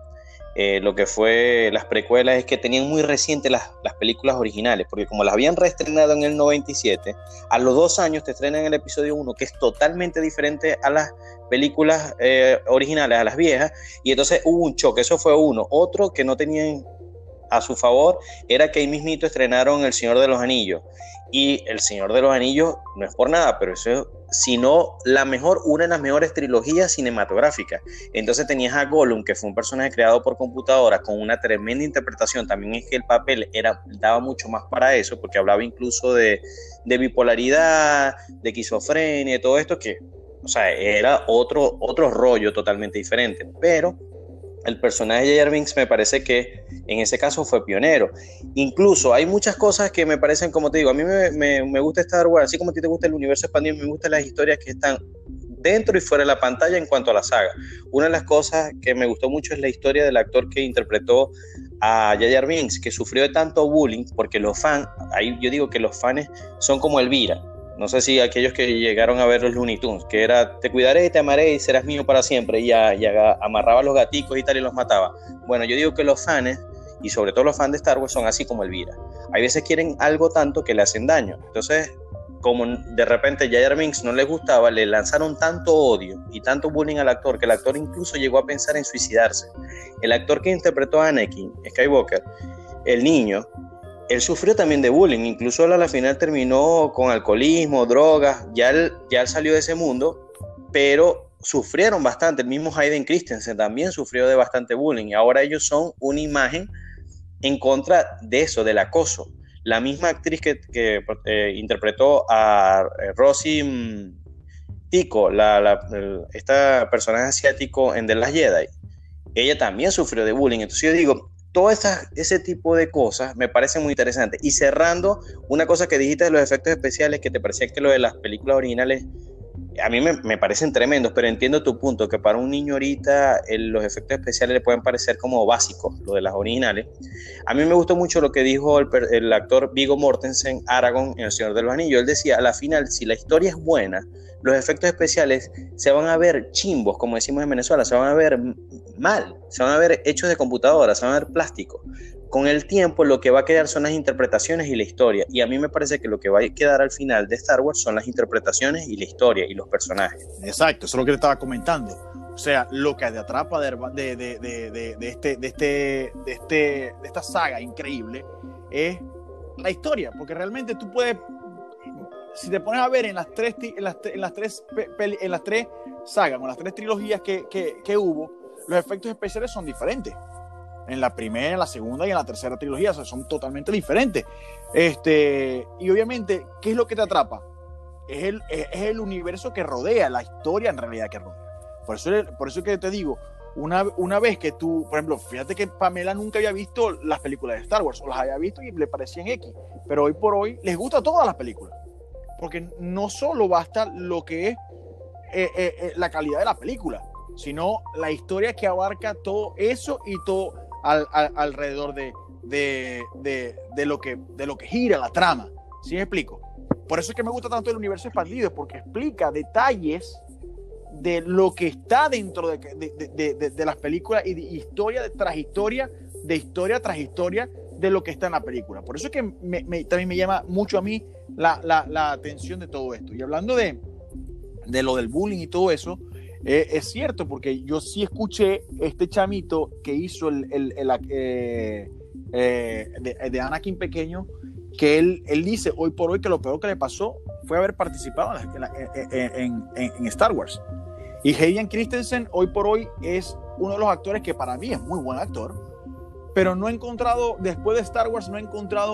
lo que fue las precuelas es que tenían muy recientes las películas originales, porque como las habían reestrenado en el 97, a los 2 años te estrenan el episodio 1, que es totalmente diferente a las películas originales, a las viejas, y entonces hubo un choque. Eso fue uno. Otro que no tenían a su favor era que ahí mismito estrenaron El Señor de los Anillos, y El Señor de los Anillos no es por nada, pero eso sino una de las mejores trilogías cinematográficas. Entonces tenías a Gollum, que fue un personaje creado por computadora con una tremenda interpretación. También es que el papel daba mucho más para eso, porque hablaba incluso de bipolaridad, de esquizofrenia, de todo esto, que, o sea, era otro rollo totalmente diferente. Pero el personaje de Jar Jar Binks me parece que en ese caso fue pionero. Incluso hay muchas cosas que me parecen, como te digo, a mí me gusta Star Wars, así como a ti te gusta el universo expandido, me gustan las historias que están dentro y fuera de la pantalla en cuanto a la saga. Una de las cosas que me gustó mucho es la historia del actor que interpretó a Jar Jar Binks, que sufrió de tanto bullying, porque los fans, ahí yo digo que los fans son como Elvira. No sé si aquellos que llegaron a ver los Looney Tunes, que era te cuidaré, te amaré y serás mío para siempre, y amarraba a los gaticos y tal y los mataba. Bueno, yo digo que los fans, y sobre todo los fans de Star Wars, son así como Elvira. Hay veces quieren algo tanto que le hacen daño. Entonces, como de repente Jar Jar Binks no les gustaba, le lanzaron tanto odio y tanto bullying al actor, que el actor incluso llegó a pensar en suicidarse. El actor que interpretó a Anakin Skywalker, el niño, él sufrió también de bullying, incluso él a la final terminó con alcoholismo, drogas, ya él salió de ese mundo, pero sufrieron bastante. El mismo Hayden Christensen también sufrió de bastante bullying, y ahora ellos son una imagen en contra de eso, del acoso. La misma actriz que interpretó a Rosie Tico, esta personaje asiático en The Last Jedi, ella también sufrió de bullying. Entonces yo digo, todo ese tipo de cosas me parece muy interesante. Y cerrando, una cosa que dijiste de los efectos especiales, que te parecía que lo de las películas originales a mí me parecen tremendos, pero entiendo tu punto, que para un niño ahorita los efectos especiales le pueden parecer como básicos, lo de las originales. A mí me gustó mucho lo que dijo el actor Viggo Mortensen, Aragorn, en El Señor de los Anillos. Él decía, a la final, si la historia es buena, los efectos especiales se van a ver chimbos, como decimos en Venezuela, se van a ver mal, se van a ver hechos de computadora, se van a ver plásticos. Con el tiempo lo que va a quedar son las interpretaciones y la historia, y a mí me parece que lo que va a quedar al final de Star Wars son las interpretaciones y la historia y los personajes. Exacto, eso es lo que te estaba comentando. O sea, lo que te atrapa de esta saga increíble es la historia, porque realmente tú puedes, si te pones a ver en las tres sagas, con las tres trilogías que hubo, los efectos especiales son diferentes. En la primera, en la segunda y en la tercera trilogía, o sea, son totalmente diferentes. Y obviamente, ¿qué es lo que te atrapa? Es el universo que rodea, la historia en realidad que rodea. Por eso que te digo, una vez que tú, por ejemplo, fíjate que Pamela nunca había visto las películas de Star Wars, o las había visto y le parecían X, pero hoy por hoy les gusta todas las películas, porque no solo basta lo que es la calidad de la película, sino la historia que abarca todo eso y todo alrededor de lo que gira la trama. ¿Sí me explico? Por eso es que me gusta tanto el universo expandido, porque explica detalles de lo que está dentro de las películas y de historia tras historia, de historia tras historia de lo que está en la película. Por eso es que también me llama mucho a mí la atención de todo esto. Y hablando de lo del bullying y todo eso, es cierto, porque yo sí escuché este chamito que hizo de Anakin pequeño, que él dice hoy por hoy que lo peor que le pasó fue haber participado en Star Wars. Y Hayden Christensen hoy por hoy es uno de los actores que para mí es muy buen actor, pero no he encontrado, después de Star Wars, no he encontrado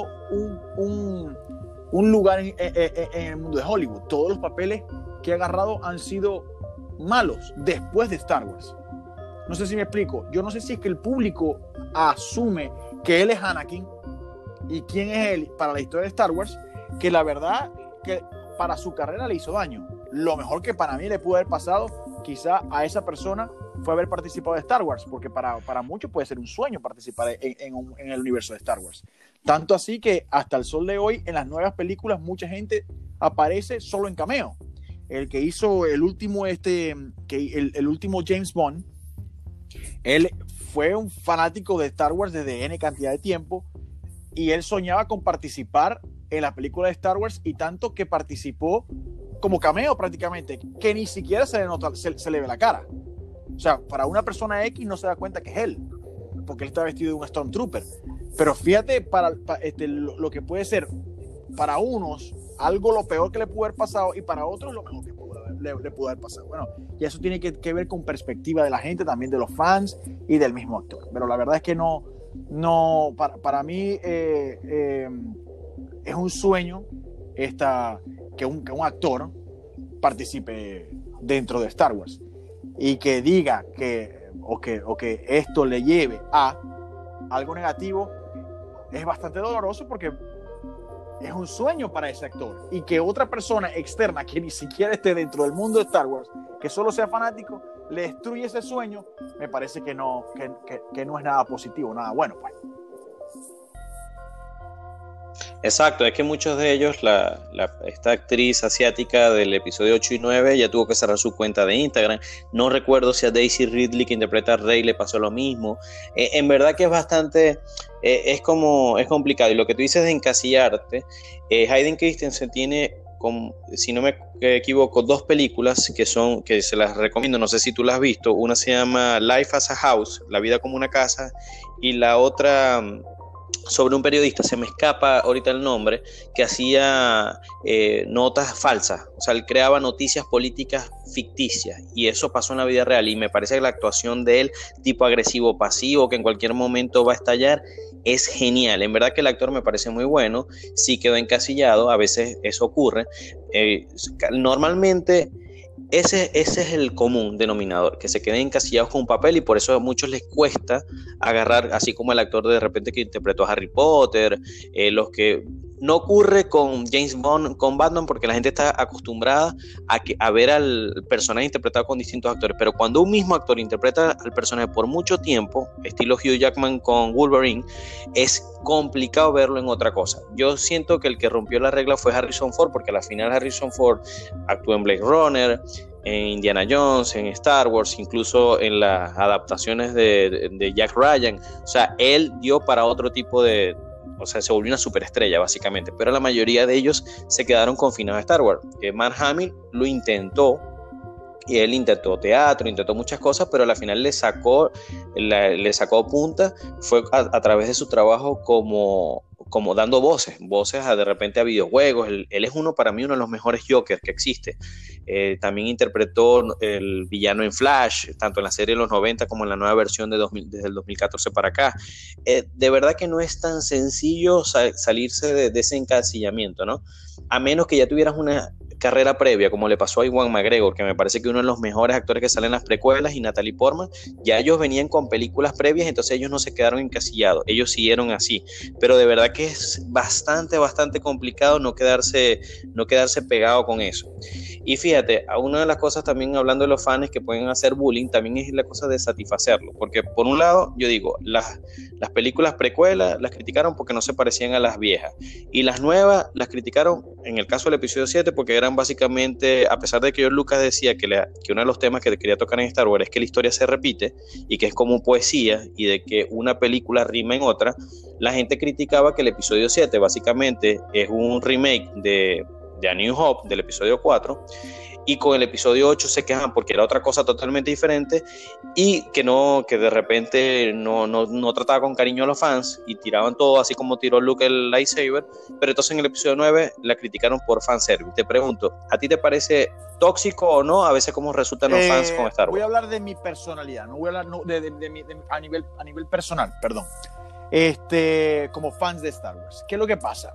un lugar en el mundo de Hollywood. Todos los papeles que ha agarrado han sido malos después de Star Wars. No sé si me explico. Yo no sé si es que el público asume que él es Anakin y quién es él para la historia de Star Wars, que la verdad que para su carrera le hizo daño. Lo mejor que para mí le pudo haber pasado quizá a esa persona fue haber participado de Star Wars, porque para muchos puede ser un sueño participar en el universo de Star Wars. Tanto así que hasta el sol de hoy en las nuevas películas mucha gente aparece solo en cameo. El que hizo el último James Bond, él fue un fanático de Star Wars desde N cantidad de tiempo y él soñaba con participar en la película de Star Wars, y tanto que participó como cameo prácticamente, que ni siquiera se le ve la cara. O sea, para una persona X no se da cuenta que es él, porque él está vestido de un Stormtrooper. Pero fíjate lo que puede ser para unos algo lo peor que le pudo haber pasado, y para otros lo mejor que le pudo haber pasado. Bueno, y eso tiene que ver con perspectiva de la gente, también de los fans y del mismo actor. Pero la verdad es que para mí es un sueño que un actor participe dentro de Star Wars y que diga que esto le lleve a algo negativo. Es bastante doloroso, porque es un sueño para ese actor, y que otra persona externa que ni siquiera esté dentro del mundo de Star Wars, que solo sea fanático, le destruye ese sueño. Me parece que no es nada positivo, nada bueno, pues. Exacto, es que muchos de ellos, esta actriz asiática del episodio 8 y 9 ya tuvo que cerrar su cuenta de Instagram. No recuerdo si a Daisy Ridley, que interpreta a Rey, le pasó lo mismo. En verdad que es bastante, es complicado. Y lo que tú dices de encasillarte, Hayden Christensen tiene, si no me equivoco, 2 películas que se las recomiendo. No sé si tú las has visto. Una se llama Life as a House, La vida como una casa, y la otra sobre un periodista, se me escapa ahorita el nombre, que hacía notas falsas. O sea, él creaba noticias políticas ficticias, y eso pasó en la vida real, y me parece que la actuación de él, tipo agresivo pasivo, que en cualquier momento va a estallar, es genial. En verdad que el actor me parece muy bueno. Sí quedó encasillado, a veces eso ocurre. Normalmente ese es el común denominador, que se queden encasillados con un papel, y por eso a muchos les cuesta agarrar, así como el actor de repente que interpretó a Harry Potter, los que no ocurre con James Bond, con Batman, porque la gente está acostumbrada a ver al personaje interpretado con distintos actores, pero cuando un mismo actor interpreta al personaje por mucho tiempo, estilo Hugh Jackman con Wolverine, es complicado verlo en otra cosa. Yo siento que el que rompió la regla fue Harrison Ford, porque al final Harrison Ford actuó en Blade Runner, en Indiana Jones, en Star Wars, incluso en las adaptaciones de Jack Ryan. O sea, él dio para otro tipo de... O sea, se volvió una superestrella básicamente, pero la mayoría de ellos se quedaron confinados a Star Wars. Mark Hamill lo intentó, y él intentó teatro, intentó muchas cosas, pero al final le sacó punta, fue a través de su trabajo como dando voces de repente a videojuegos. Él es para mí uno de los mejores Jokers que existe. También interpretó el villano en Flash, tanto en la serie de los 90 como en la nueva versión desde el 2014 para acá. De verdad que no es tan sencillo salirse de ese encasillamiento, ¿no? A menos que ya tuvieras una carrera previa, como le pasó a Ewan McGregor, que me parece que uno de los mejores actores que salen en las precuelas, y Natalie Portman, ya ellos venían con películas previas, entonces ellos no se quedaron encasillados, ellos siguieron así, pero de verdad que es bastante complicado no quedarse pegado con eso. Y fíjate, una de las cosas también, hablando de los fans que pueden hacer bullying, también es la cosa de satisfacerlo, porque por un lado, yo digo, las películas precuelas las criticaron porque no se parecían a las viejas, y las nuevas las criticaron, en el caso del episodio 7, porque eran básicamente, a pesar de que George Lucas decía que uno de los temas que quería tocar en Star Wars es que la historia se repite, y que es como poesía, y de que una película rima en otra, la gente criticaba que el episodio 7 básicamente es un remake de A New Hope, del episodio 4, y con el episodio 8 se quejan porque era otra cosa totalmente diferente, y que de repente no trataba con cariño a los fans, y tiraban todo así como tiró Luke el lightsaber. Pero entonces en el episodio 9 la criticaron por fanservice. Te pregunto, ¿a ti te parece tóxico o no a veces cómo resultan los fans con Star Wars? Voy a hablar de mi personalidad, no voy a hablar a nivel personal, perdón. Como fans de Star Wars, ¿qué es lo que pasa?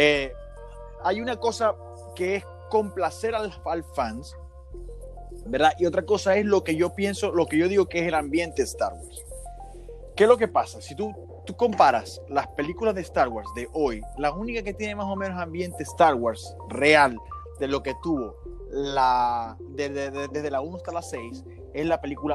Hay una cosa que es complacer al fans, ¿verdad? Y otra cosa es lo que yo pienso, lo que yo digo que es el ambiente Star Wars. ¿Qué es lo que pasa? Si tú comparas las películas de Star Wars de hoy, la única que tiene más o menos ambiente Star Wars real de lo que tuvo desde la 1 hasta la 6 es la película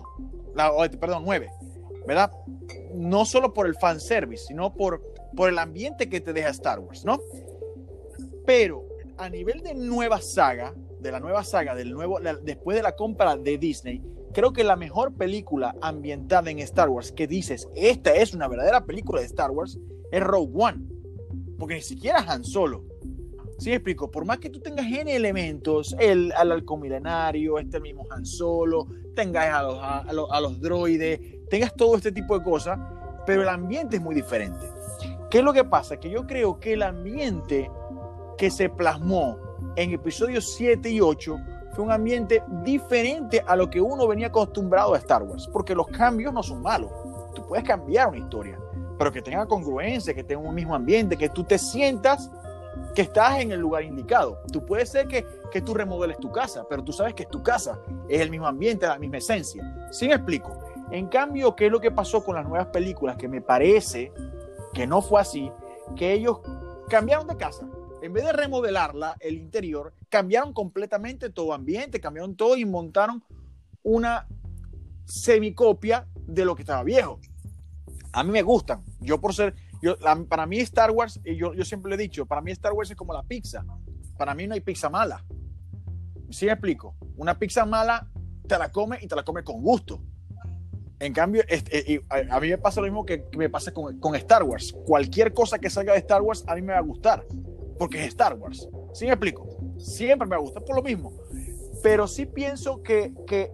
9, ¿verdad? No solo por el fanservice, sino por el ambiente que te deja Star Wars, ¿no? Pero a nivel de la nueva saga, después de la compra de Disney, creo que la mejor película ambientada en Star Wars, que dices, esta es una verdadera película de Star Wars, es Rogue One. Porque ni siquiera Han Solo. ¿Sí me explico? Por más que tú tengas N elementos, al halcón milenario, el mismo Han Solo, tengas a los droides, tengas todo este tipo de cosas, pero el ambiente es muy diferente. ¿Qué es lo que pasa? Que yo creo que el ambiente que se plasmó en episodios 7 y 8 fue un ambiente diferente a lo que uno venía acostumbrado a Star Wars, porque los cambios no son malos. Tú puedes cambiar una historia, pero que tenga congruencia, que tenga un mismo ambiente, que tú te sientas que estás en el lugar indicado. Tú puedes ser que tú remodeles tu casa, pero tú sabes que es tu casa, es el mismo ambiente, la misma esencia. ¿Sí me explico? En cambio, ¿qué es lo que pasó con las nuevas películas? Que me parece que no fue así, que ellos cambiaron de casa. En vez de remodelarla, el interior, cambiaron completamente todo ambiente, cambiaron todo y montaron una semicopia de lo que estaba viejo. A mí me gustan. Para mí Star Wars, yo siempre le he dicho, para mí Star Wars es como la pizza. Para mí no hay pizza mala. ¿Sí me explico? Una pizza mala te la comes y te la comes con gusto. En cambio, a mí me pasa lo mismo que me pasa con Star Wars. Cualquier cosa que salga de Star Wars a mí me va a gustar, porque es Star Wars. ¿Sí me explico? Siempre me va a gustar por lo mismo. Pero sí pienso que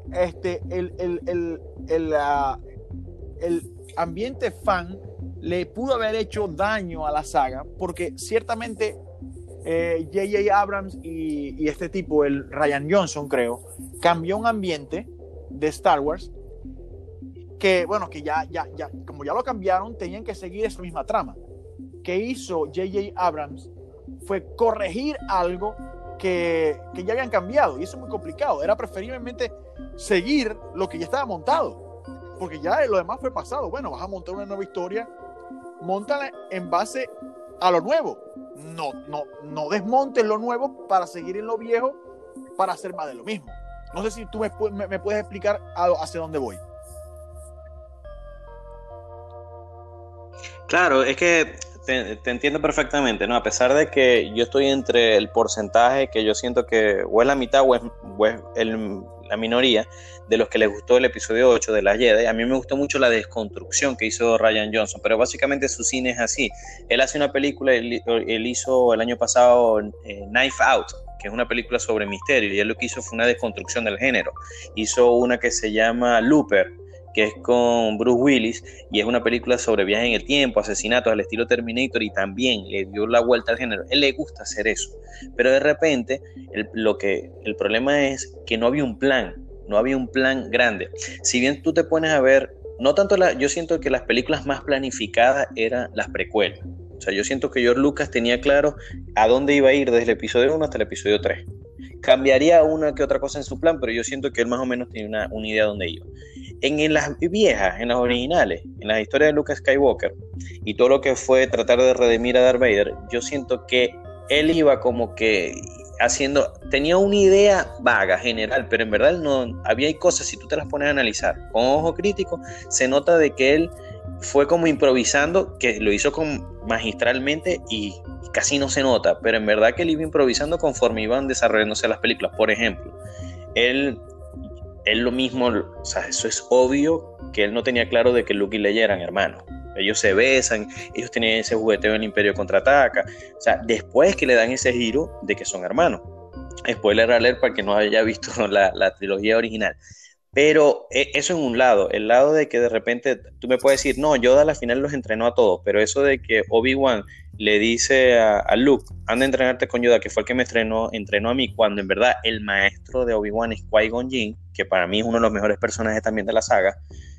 el ambiente fan le pudo haber hecho daño a la saga, porque ciertamente J.J. Abrams y este tipo, el Rian Johnson, creo, cambió un ambiente de Star Wars que, bueno, que ya como ya lo cambiaron, tenían que seguir esa misma trama. Que hizo J.J. Abrams fue corregir algo que ya habían cambiado, y eso es muy complicado. Era preferiblemente seguir lo que ya estaba montado, porque ya lo demás fue pasado. Bueno, vas a montar una nueva historia, móntala en base a lo nuevo, no desmontes lo nuevo para seguir en lo viejo, para hacer más de lo mismo. No sé si tú me puedes explicar hacia dónde voy. Claro, es que te entiendo perfectamente, ¿no? A pesar de que yo estoy entre el porcentaje que yo siento que o es la mitad o es la minoría de los que les gustó el episodio 8 de la Jedi, a mí me gustó mucho la desconstrucción que hizo Rian Johnson, pero básicamente su cine es así. Él hace una película, él hizo el año pasado Knife Out, que es una película sobre misterio, y él lo que hizo fue una desconstrucción del género. Hizo una que se llama Looper, que es con Bruce Willis, y es una película sobre viajes en el tiempo, asesinatos al estilo Terminator, y también le dio la vuelta al género. Él le gusta hacer eso, pero de repente el problema es que no había un plan grande. Si bien tú te pones a ver, no tanto yo siento que las películas más planificadas eran las precuelas. O sea, yo siento que George Lucas tenía claro a dónde iba a ir desde el episodio 1 hasta el episodio 3. Cambiaría una que otra cosa en su plan, pero yo siento que él más o menos tenía una idea de dónde iba. En las viejas, en las originales, en las historias de Luke Skywalker y todo lo que fue tratar de redimir a Darth Vader, yo siento que él iba como que tenía una idea vaga, general, pero en verdad no había cosas, si tú te las pones a analizar con ojo crítico, se nota de que él fue como improvisando, que lo hizo magistralmente y casi no se nota, pero en verdad que él iba improvisando conforme iban desarrollándose las películas. Por ejemplo, él lo mismo, o sea, eso es obvio que él no tenía claro de que Luke y Leia eran hermanos. Ellos se besan, ellos tenían ese jugueteo en el Imperio Contraataca. O sea, después que le dan ese giro de que son hermanos. Spoiler alert para que no haya visto la trilogía original. Pero eso en un lado, el lado de que de repente tú me puedes decir, no, Yoda a la final los entrenó a todos, pero eso de que Obi-Wan le dice a Luke, anda a entrenarte con Yoda, que fue el que me entrenó a mí, cuando en verdad el maestro de Obi-Wan es Qui-Gon Jinn, que para mí es uno de los mejores personajes también de la saga,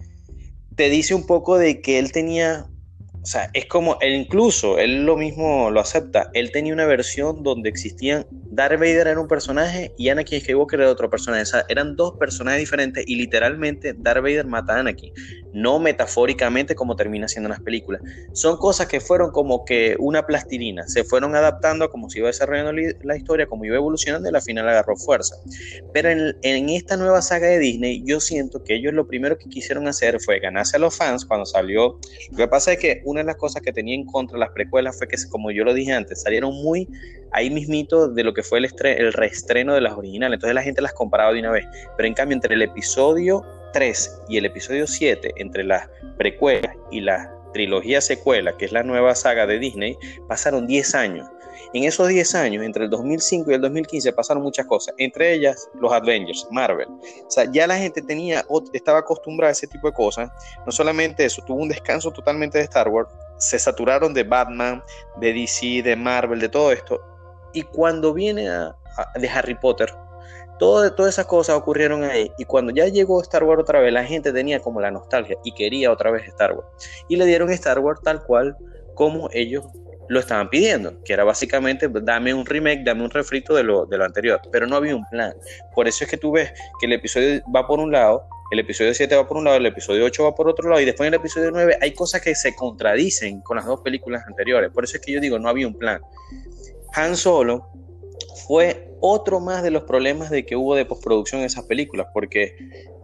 te dice un poco de que él tenía, o sea, es como, él lo mismo lo acepta, él tenía una versión donde existían, Darth Vader era un personaje y Anakin Skywalker era otro personaje, o sea, eran dos personajes diferentes y literalmente Darth Vader mata a Anakin, no metafóricamente como termina siendo en las películas. Son cosas que fueron como que una plastilina, se fueron adaptando a como se iba desarrollando la historia, como iba evolucionando y al final agarró fuerza. Pero en esta nueva saga de Disney, yo siento que ellos lo primero que quisieron hacer fue ganarse a los fans cuando salió. Lo que pasa es que una de las cosas que tenía en contra las precuelas fue que, como yo lo dije antes, salieron muy ahí mismito de lo que fue el reestreno de las originales, entonces la gente las comparaba de una vez, pero en cambio entre el episodio 3 y el episodio 7, entre las precuelas y la trilogía secuela, que es la nueva saga de Disney, pasaron 10 años. En esos 10 años, entre el 2005 y el 2015, pasaron muchas cosas, entre ellas los Avengers, Marvel. O sea, ya la gente estaba acostumbrada a ese tipo de cosas. No solamente eso, tuvo un descanso totalmente de Star Wars, se saturaron de Batman, de DC, de Marvel, de todo esto. Y cuando viene de Harry Potter, todas esas cosas ocurrieron ahí, y cuando ya llegó Star Wars otra vez, la gente tenía como la nostalgia y quería otra vez Star Wars, y le dieron Star Wars tal cual como ellos lo estaban pidiendo, que era básicamente dame un remake, dame un refrito de lo anterior, pero no había un plan. Por eso es que tú ves que el episodio va por un lado, el episodio 7 va por un lado, el episodio 8 va por otro lado, y después en el episodio 9 hay cosas que se contradicen con las dos películas anteriores. Por eso es que yo digo, no había un plan. Han Solo fue otro más de los problemas de que hubo de postproducción en esas películas, porque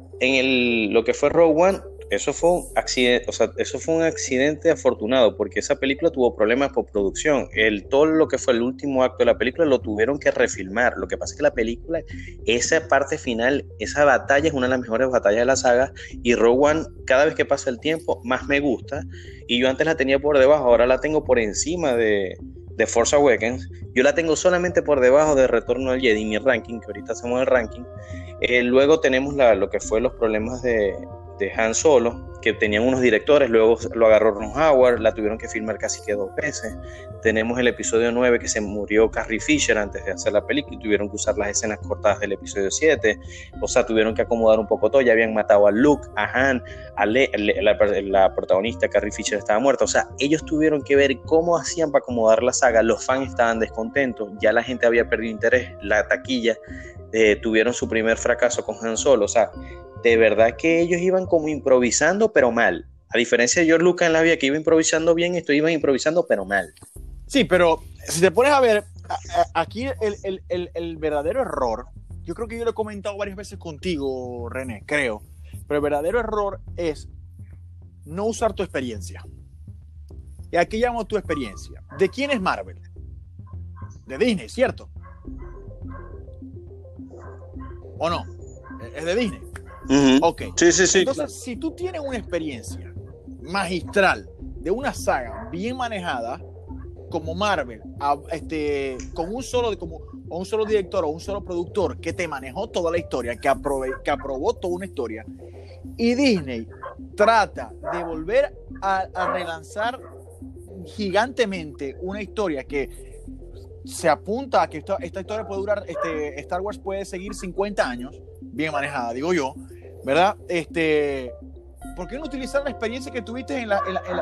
lo que fue Rogue One, eso fue un accidente afortunado, porque esa película tuvo problemas de postproducción. Todo lo que fue el último acto de la película lo tuvieron que refilmar. Lo que pasa es que la película, esa parte final, esa batalla es una de las mejores batallas de la saga, y Rogue One, cada vez que pasa el tiempo, más me gusta, y yo antes la tenía por debajo, ahora la tengo por encima de Force Awakens. Yo la tengo solamente por debajo de Retorno al Jedi, mi ranking, que ahorita hacemos el ranking. Luego tenemos lo que fue los problemas de Han Solo, que tenían unos directores, luego lo agarró Ron Howard, la tuvieron que filmar casi que 2 veces. Tenemos el episodio 9, que se murió Carrie Fisher antes de hacer la película, y tuvieron que usar las escenas cortadas del episodio 7, o sea, tuvieron que acomodar un poco todo. Ya habían matado a Luke, a Han, la protagonista Carrie Fisher estaba muerta, o sea, ellos tuvieron que ver cómo hacían para acomodar la saga. Los fans estaban descontentos, ya la gente había perdido interés, la taquilla, tuvieron su primer fracaso con Han Solo, o sea, de verdad que ellos iban como improvisando, pero mal. A diferencia de George Lucas en la vida, que iba improvisando bien, esto iban improvisando, pero mal. Sí, pero si te pones a ver, aquí el verdadero error, yo creo que yo lo he comentado varias veces contigo, René, creo, pero el verdadero error es no usar tu experiencia. ¿Y aquí llamo tu experiencia? ¿De quién es Marvel? De Disney, ¿cierto? ¿O no? Es de Disney. Ok. Sí, sí, sí. Entonces, si tú tienes una experiencia magistral de una saga bien manejada, como Marvel, con un solo director o un solo productor que te manejó toda la historia, que aprobó toda una historia, y Disney trata de volver a relanzar gigantemente una historia que se apunta a que esta historia puede durar, Star Wars puede seguir 50 años, bien manejada, digo yo, ¿verdad? ¿Por qué no utilizar la experiencia que tuviste en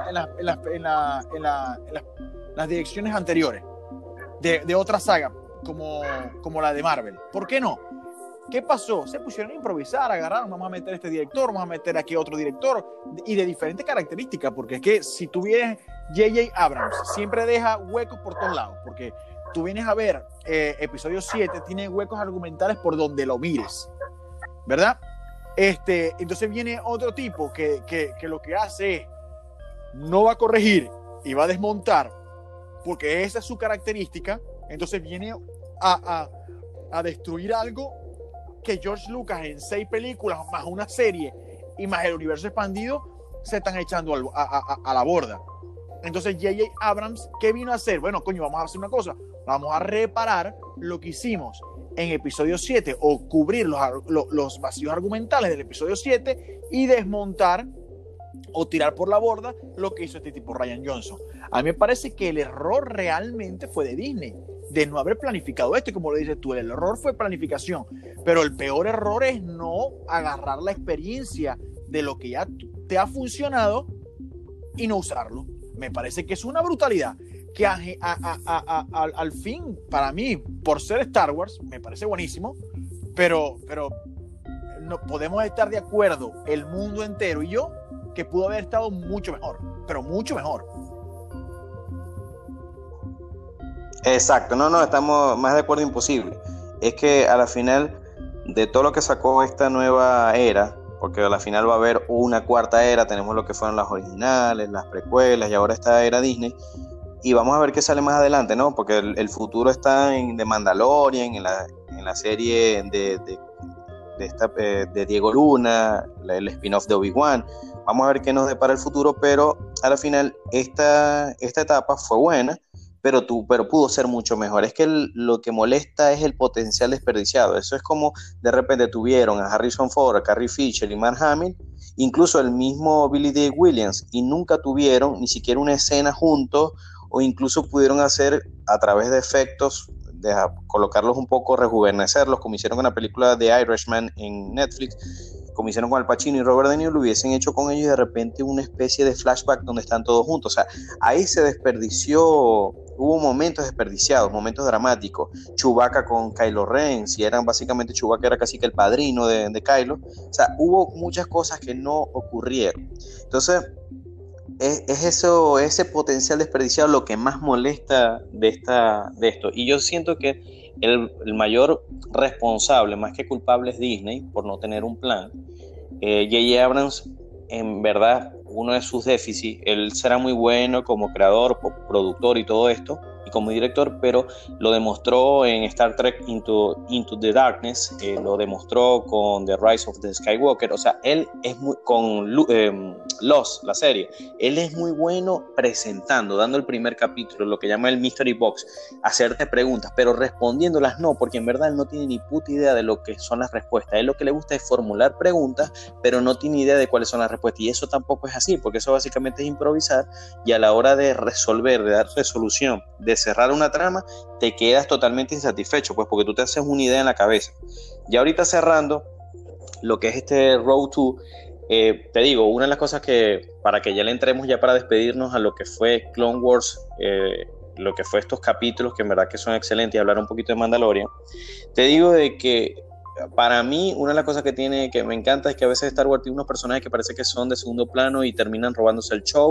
las direcciones anteriores de otra saga, como la de Marvel? ¿Por qué no? ¿Qué pasó? Se pusieron a improvisar, agarraron, vamos a meter este director, vamos a meter aquí otro director, y de diferentes características, porque es que si tú vienes, J.J. Abrams siempre deja huecos por todos lados, porque tú vienes a ver episodio 7, tiene huecos argumentales por donde lo mires, ¿verdad? Entonces viene otro tipo que lo que hace es, no va a corregir y va a desmontar, porque esa es su característica. Entonces viene a destruir algo que George Lucas en 6 películas, más una serie y más el universo expandido, se están echando a la borda. Entonces J.J. Abrams, ¿qué vino a hacer? Bueno, coño, vamos a hacer una cosa, vamos a reparar lo que hicimos en episodio 7 o cubrir los vacíos argumentales del episodio 7 y desmontar o tirar por la borda lo que hizo este tipo Rian Johnson. A mí me parece que el error realmente fue de Disney, de no haber planificado esto, y como lo dices tú, el error fue planificación, pero el peor error es no agarrar la experiencia de lo que ya te ha funcionado y no usarlo. Me parece que es una brutalidad que al fin, para mí, por ser Star Wars, me parece buenísimo, pero no podemos estar de acuerdo el mundo entero y yo que pudo haber estado mucho mejor, pero mucho mejor. Exacto, no, estamos más de acuerdo imposible. Es que a la final de todo lo que sacó esta nueva era, porque a la final va a haber una cuarta era, tenemos lo que fueron las originales, las precuelas y ahora esta era Disney, y vamos a ver qué sale más adelante, ¿no? Porque el futuro está en The Mandalorian, en la serie de Diego Luna, el spin-off de Obi-Wan. Vamos a ver qué nos depara el futuro, pero a la final esta etapa fue buena, pero pudo ser mucho mejor. Es que lo que molesta es el potencial desperdiciado. Eso es como de repente tuvieron a Harrison Ford, a Carrie Fisher y Mark Hamill, incluso el mismo Billy Dee Williams, y nunca tuvieron ni siquiera una escena juntos, o incluso pudieron hacer a través de efectos, de colocarlos un poco, rejuvenecerlos, como hicieron con la película The Irishman en Netflix, como hicieron con Al Pacino y Robert De Niro, lo hubiesen hecho con ellos, y de repente una especie de flashback donde están todos juntos. O sea, ahí se desperdició, hubo momentos desperdiciados, momentos dramáticos. Chewbacca con Kylo Ren, si eran básicamente, Chewbacca era casi que el padrino de Kylo. O sea, hubo muchas cosas que no ocurrieron. Entonces, es eso, ese potencial desperdiciado lo que más molesta de esto. Y yo siento que el mayor responsable, más que culpable, es Disney por no tener un plan. J.J. Abrams, en verdad, uno de sus déficits, él será muy bueno como creador, productor y todo esto, y como director, pero lo demostró en Star Trek Into the Darkness, lo demostró con The Rise of the Skywalker. O sea, él es muy, con Lost, la serie, él es muy bueno presentando, dando el primer capítulo, lo que llama el Mystery Box, hacerte preguntas, pero respondiéndolas no, porque en verdad él no tiene ni puta idea de lo que son las respuestas. A él lo que le gusta es formular preguntas, pero no tiene idea de cuáles son las respuestas, y eso tampoco es así, porque eso básicamente es improvisar, y a la hora de resolver, de dar resolución, de cerrar una trama, te quedas totalmente insatisfecho, pues porque tú te haces una idea en la cabeza. Ya ahorita cerrando lo que es este Road to, te digo, una de las cosas que, para que ya le entremos ya para despedirnos a lo que fue Clone Wars, lo que fue estos capítulos que en verdad que son excelentes, y hablar un poquito de Mandalorian, te digo de que para mí una de las cosas que me encanta es que a veces Star Wars tiene unos personajes que parece que son de segundo plano y terminan robándose el show.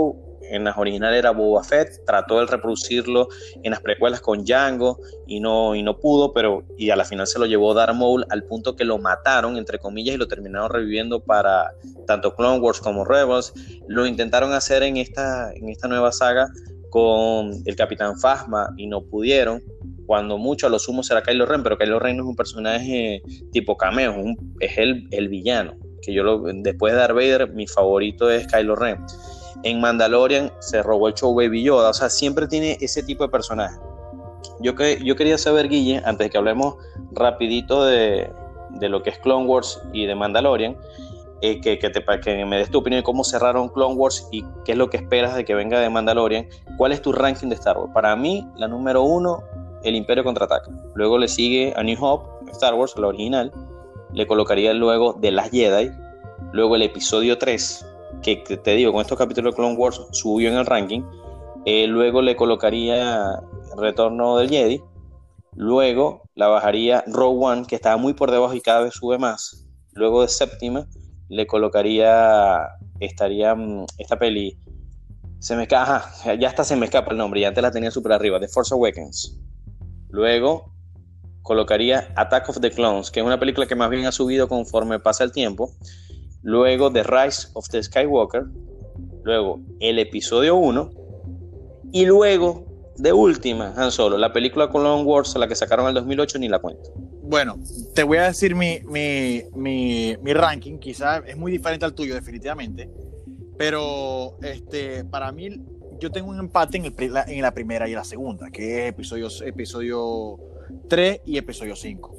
en las originales era Boba Fett, trató de reproducirlo en las precuelas con Jango y no pudo, y a la final se lo llevó Darth Maul al punto que lo mataron, entre comillas, y lo terminaron reviviendo para tanto Clone Wars como Rebels. Lo intentaron hacer en esta nueva saga con el Capitán Phasma y no pudieron. Cuando mucho a lo sumo será Kylo Ren, pero Kylo Ren no es un personaje tipo cameo, es el villano. Después de Darth Vader, mi favorito es Kylo Ren. En Mandalorian se robó el show Baby Yoda, o sea, siempre tiene ese tipo de personaje. Yo quería saber, Guille, antes de que hablemos rapidito de lo que es Clone Wars y de Mandalorian, que me des tu opinión de cómo cerraron Clone Wars y qué es lo que esperas de que venga de Mandalorian. ¿Cuál es tu ranking de Star Wars? Para mí, la número 1, El Imperio Contraataca. Luego le sigue A New Hope, Star Wars, la original. Le colocaría luego The Last Jedi. Luego el episodio 3, que te digo, con estos capítulos de Clone Wars subió en el ranking. Luego le colocaría Retorno del Jedi. Luego la bajaría Rogue One, que estaba muy por debajo y cada vez sube más. Luego de séptima le colocaría esta peli, ya hasta se me escapa el nombre, ya antes la tenía súper arriba, The Force Awakens. Luego colocaría Attack of the Clones, que es una película que más bien ha subido conforme pasa el tiempo. Luego The Rise of the Skywalker. Luego el episodio 1. Y luego, de última, Han Solo, la película Clone Wars, la que sacaron en el 2008, ni la cuento. Bueno, te voy a decir mi ranking, quizás es muy diferente al tuyo definitivamente, pero para mí yo tengo un empate en la primera y la segunda, que es episodio 3 y episodio 5.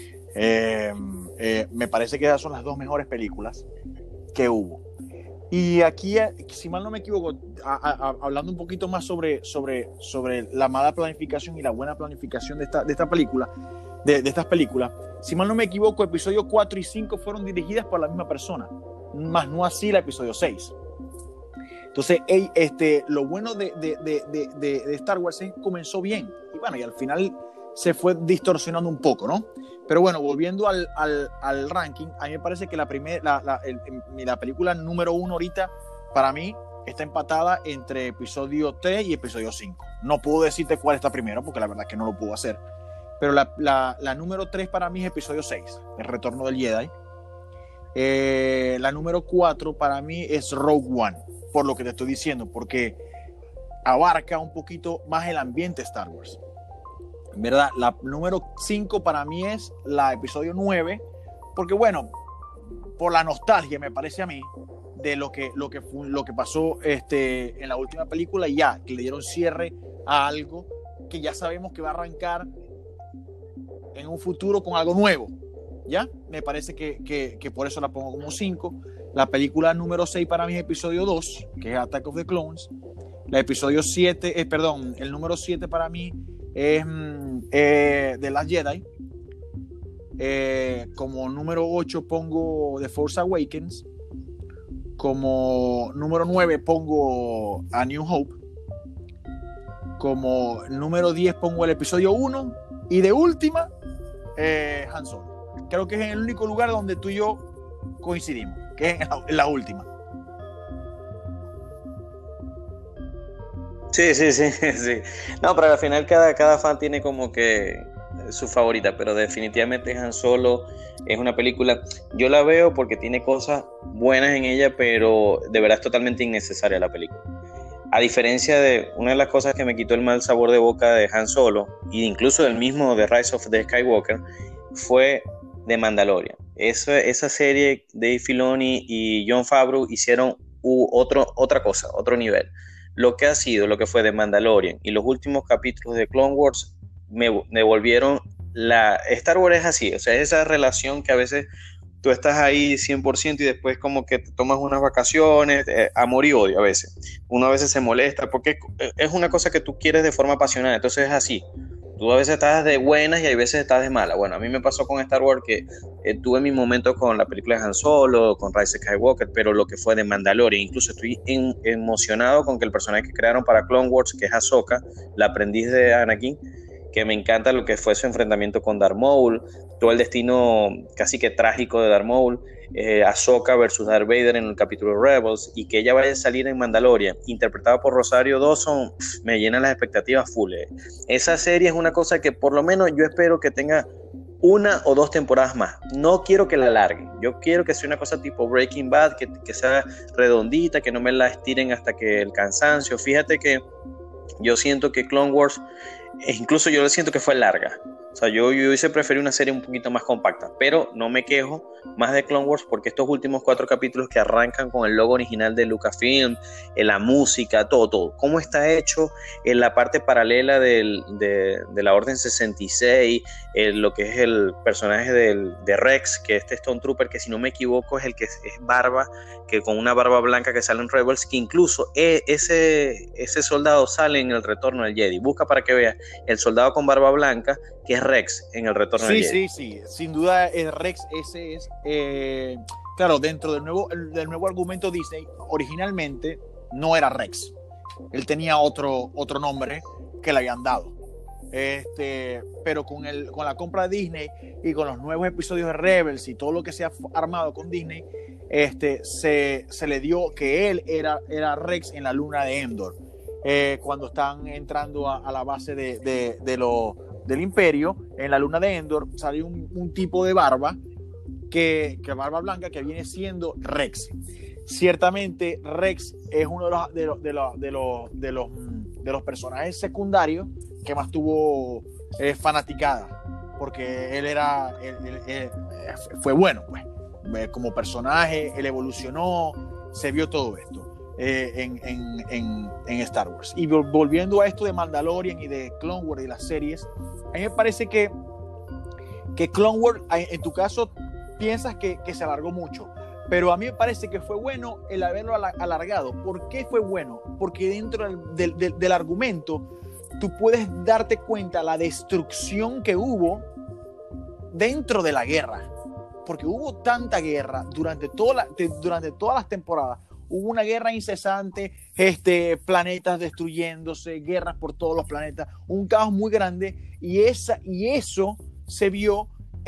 Me parece que esas son las dos mejores películas que hubo. Y aquí, si mal no me equivoco, hablando un poquito más sobre la mala planificación y la buena planificación de esta película, de estas películas, si mal no me equivoco, episodio 4 y 5 fueron dirigidas por la misma persona, más no así el episodio 6. Entonces, lo bueno de Star Wars es que comenzó bien, y bueno, y al final se fue distorsionando un poco, ¿no? Pero bueno, volviendo al ranking, a mí me parece que la película número 1 ahorita, para mí, está empatada entre episodio 3 y episodio 5. No puedo decirte cuál está primero, porque la verdad es que no lo puedo hacer. Pero la número 3 para mí es episodio 6, El Retorno del Jedi. La número 4 para mí es Rogue One, por lo que te estoy diciendo, porque abarca un poquito más el ambiente Star Wars. ¿Verdad? La número 5 para mí es la episodio 9, porque bueno, por la nostalgia me parece a mí de lo que pasó en la última película, y ya que le dieron cierre a algo que ya sabemos que va a arrancar en un futuro con algo nuevo. ¿Ya? Me parece que por eso la pongo como 5. La película número 6 para mí es episodio 2, que es Attack of the Clones. El número 7 para mí es The Last Jedi. Como número 8 pongo The Force Awakens. Como número 9 pongo A New Hope. Como número 10 pongo el episodio 1. Y de última, Han Solo. Creo que es en el único lugar donde tú y yo coincidimos, que es en la última. Sí. No, pero al final cada fan tiene como que su favorita, pero definitivamente Han Solo es una película, yo la veo porque tiene cosas buenas en ella, pero de verdad es totalmente innecesaria la película. A diferencia de una de las cosas que me quitó el mal sabor de boca de Han Solo, e incluso del mismo The Rise of the Skywalker, fue de Mandalorian. Esa serie, Dave Filoni y Jon Favreau hicieron otra cosa, otro nivel. Lo que fue de Mandalorian y los últimos capítulos de Clone Wars me volvieron Star Wars es así, o sea, esa relación que a veces tú estás ahí 100% y después como que te tomas unas vacaciones, amor y odio a veces. Uno a veces se molesta porque es una cosa que tú quieres de forma apasionada, entonces es así. Tú a veces estás de buenas y a veces estás de malas. Bueno, a mí me pasó con Star Wars que tuve mis momentos con la película de Han Solo, con Rise of Skywalker, pero lo que fue de Mandalorian, incluso estoy emocionado con que el personaje que crearon para Clone Wars, que es Ahsoka, la aprendiz de Anakin, que me encanta lo que fue su enfrentamiento con Darth Maul, todo el destino casi que trágico de Darth Maul, Ahsoka versus Darth Vader en el capítulo Rebels, y que ella vaya a salir en Mandalorian, interpretada por Rosario Dawson, me llena las expectativas full. Esa serie es una cosa que por lo menos yo espero que tenga 1 o 2 temporadas más. No quiero que la alarguen. Yo quiero que sea una cosa tipo Breaking Bad, que sea redondita, que no me la estiren hasta que el cansancio. Fíjate que yo siento que Clone Wars, incluso yo siento que fue larga. O sea, yo hubiese preferido una serie un poquito más compacta, pero no me quejo más de Clone Wars porque estos últimos 4 capítulos que arrancan con el logo original de Lucasfilm, la música, todo. Cómo está hecho en la parte paralela de la Orden 66, lo que es el personaje de Rex, que este Stone Trooper, que si no me equivoco es el que es barba, que con una barba blanca que sale en Rebels, que incluso ese soldado sale en el Retorno del Jedi. Busca para que veas el soldado con barba blanca, que es Rex en el Retorno del Jedi. Sí, sin duda Rex ese es, claro, dentro del nuevo argumento Disney, originalmente no era Rex, él tenía otro nombre que le habían dado, pero con la compra de Disney y con los nuevos episodios de Rebels y todo lo que se ha armado con Disney, se le dio que él era Rex en la luna de Endor, cuando están entrando a la base del Imperio, en la luna de Endor salió un tipo de barba, que barba blanca, que viene siendo Rex. Ciertamente Rex es uno de los personajes secundarios que más tuvo fanaticada, porque él fue bueno, pues, como personaje, él evolucionó, se vio todo esto en Star Wars. Y volviendo a esto de Mandalorian y de Clone Wars y las series, a mí me parece que Clone Wars, en tu caso piensas que se alargó mucho, pero a mí me parece que fue bueno el haberlo alargado. ¿Por qué fue bueno? Porque dentro del argumento tú puedes darte cuenta la destrucción que hubo dentro de la guerra, porque hubo tanta guerra durante todas las temporadas. Hubo una guerra incesante, planetas destruyéndose, guerras por todos los planetas, un caos muy grande, y eso se vio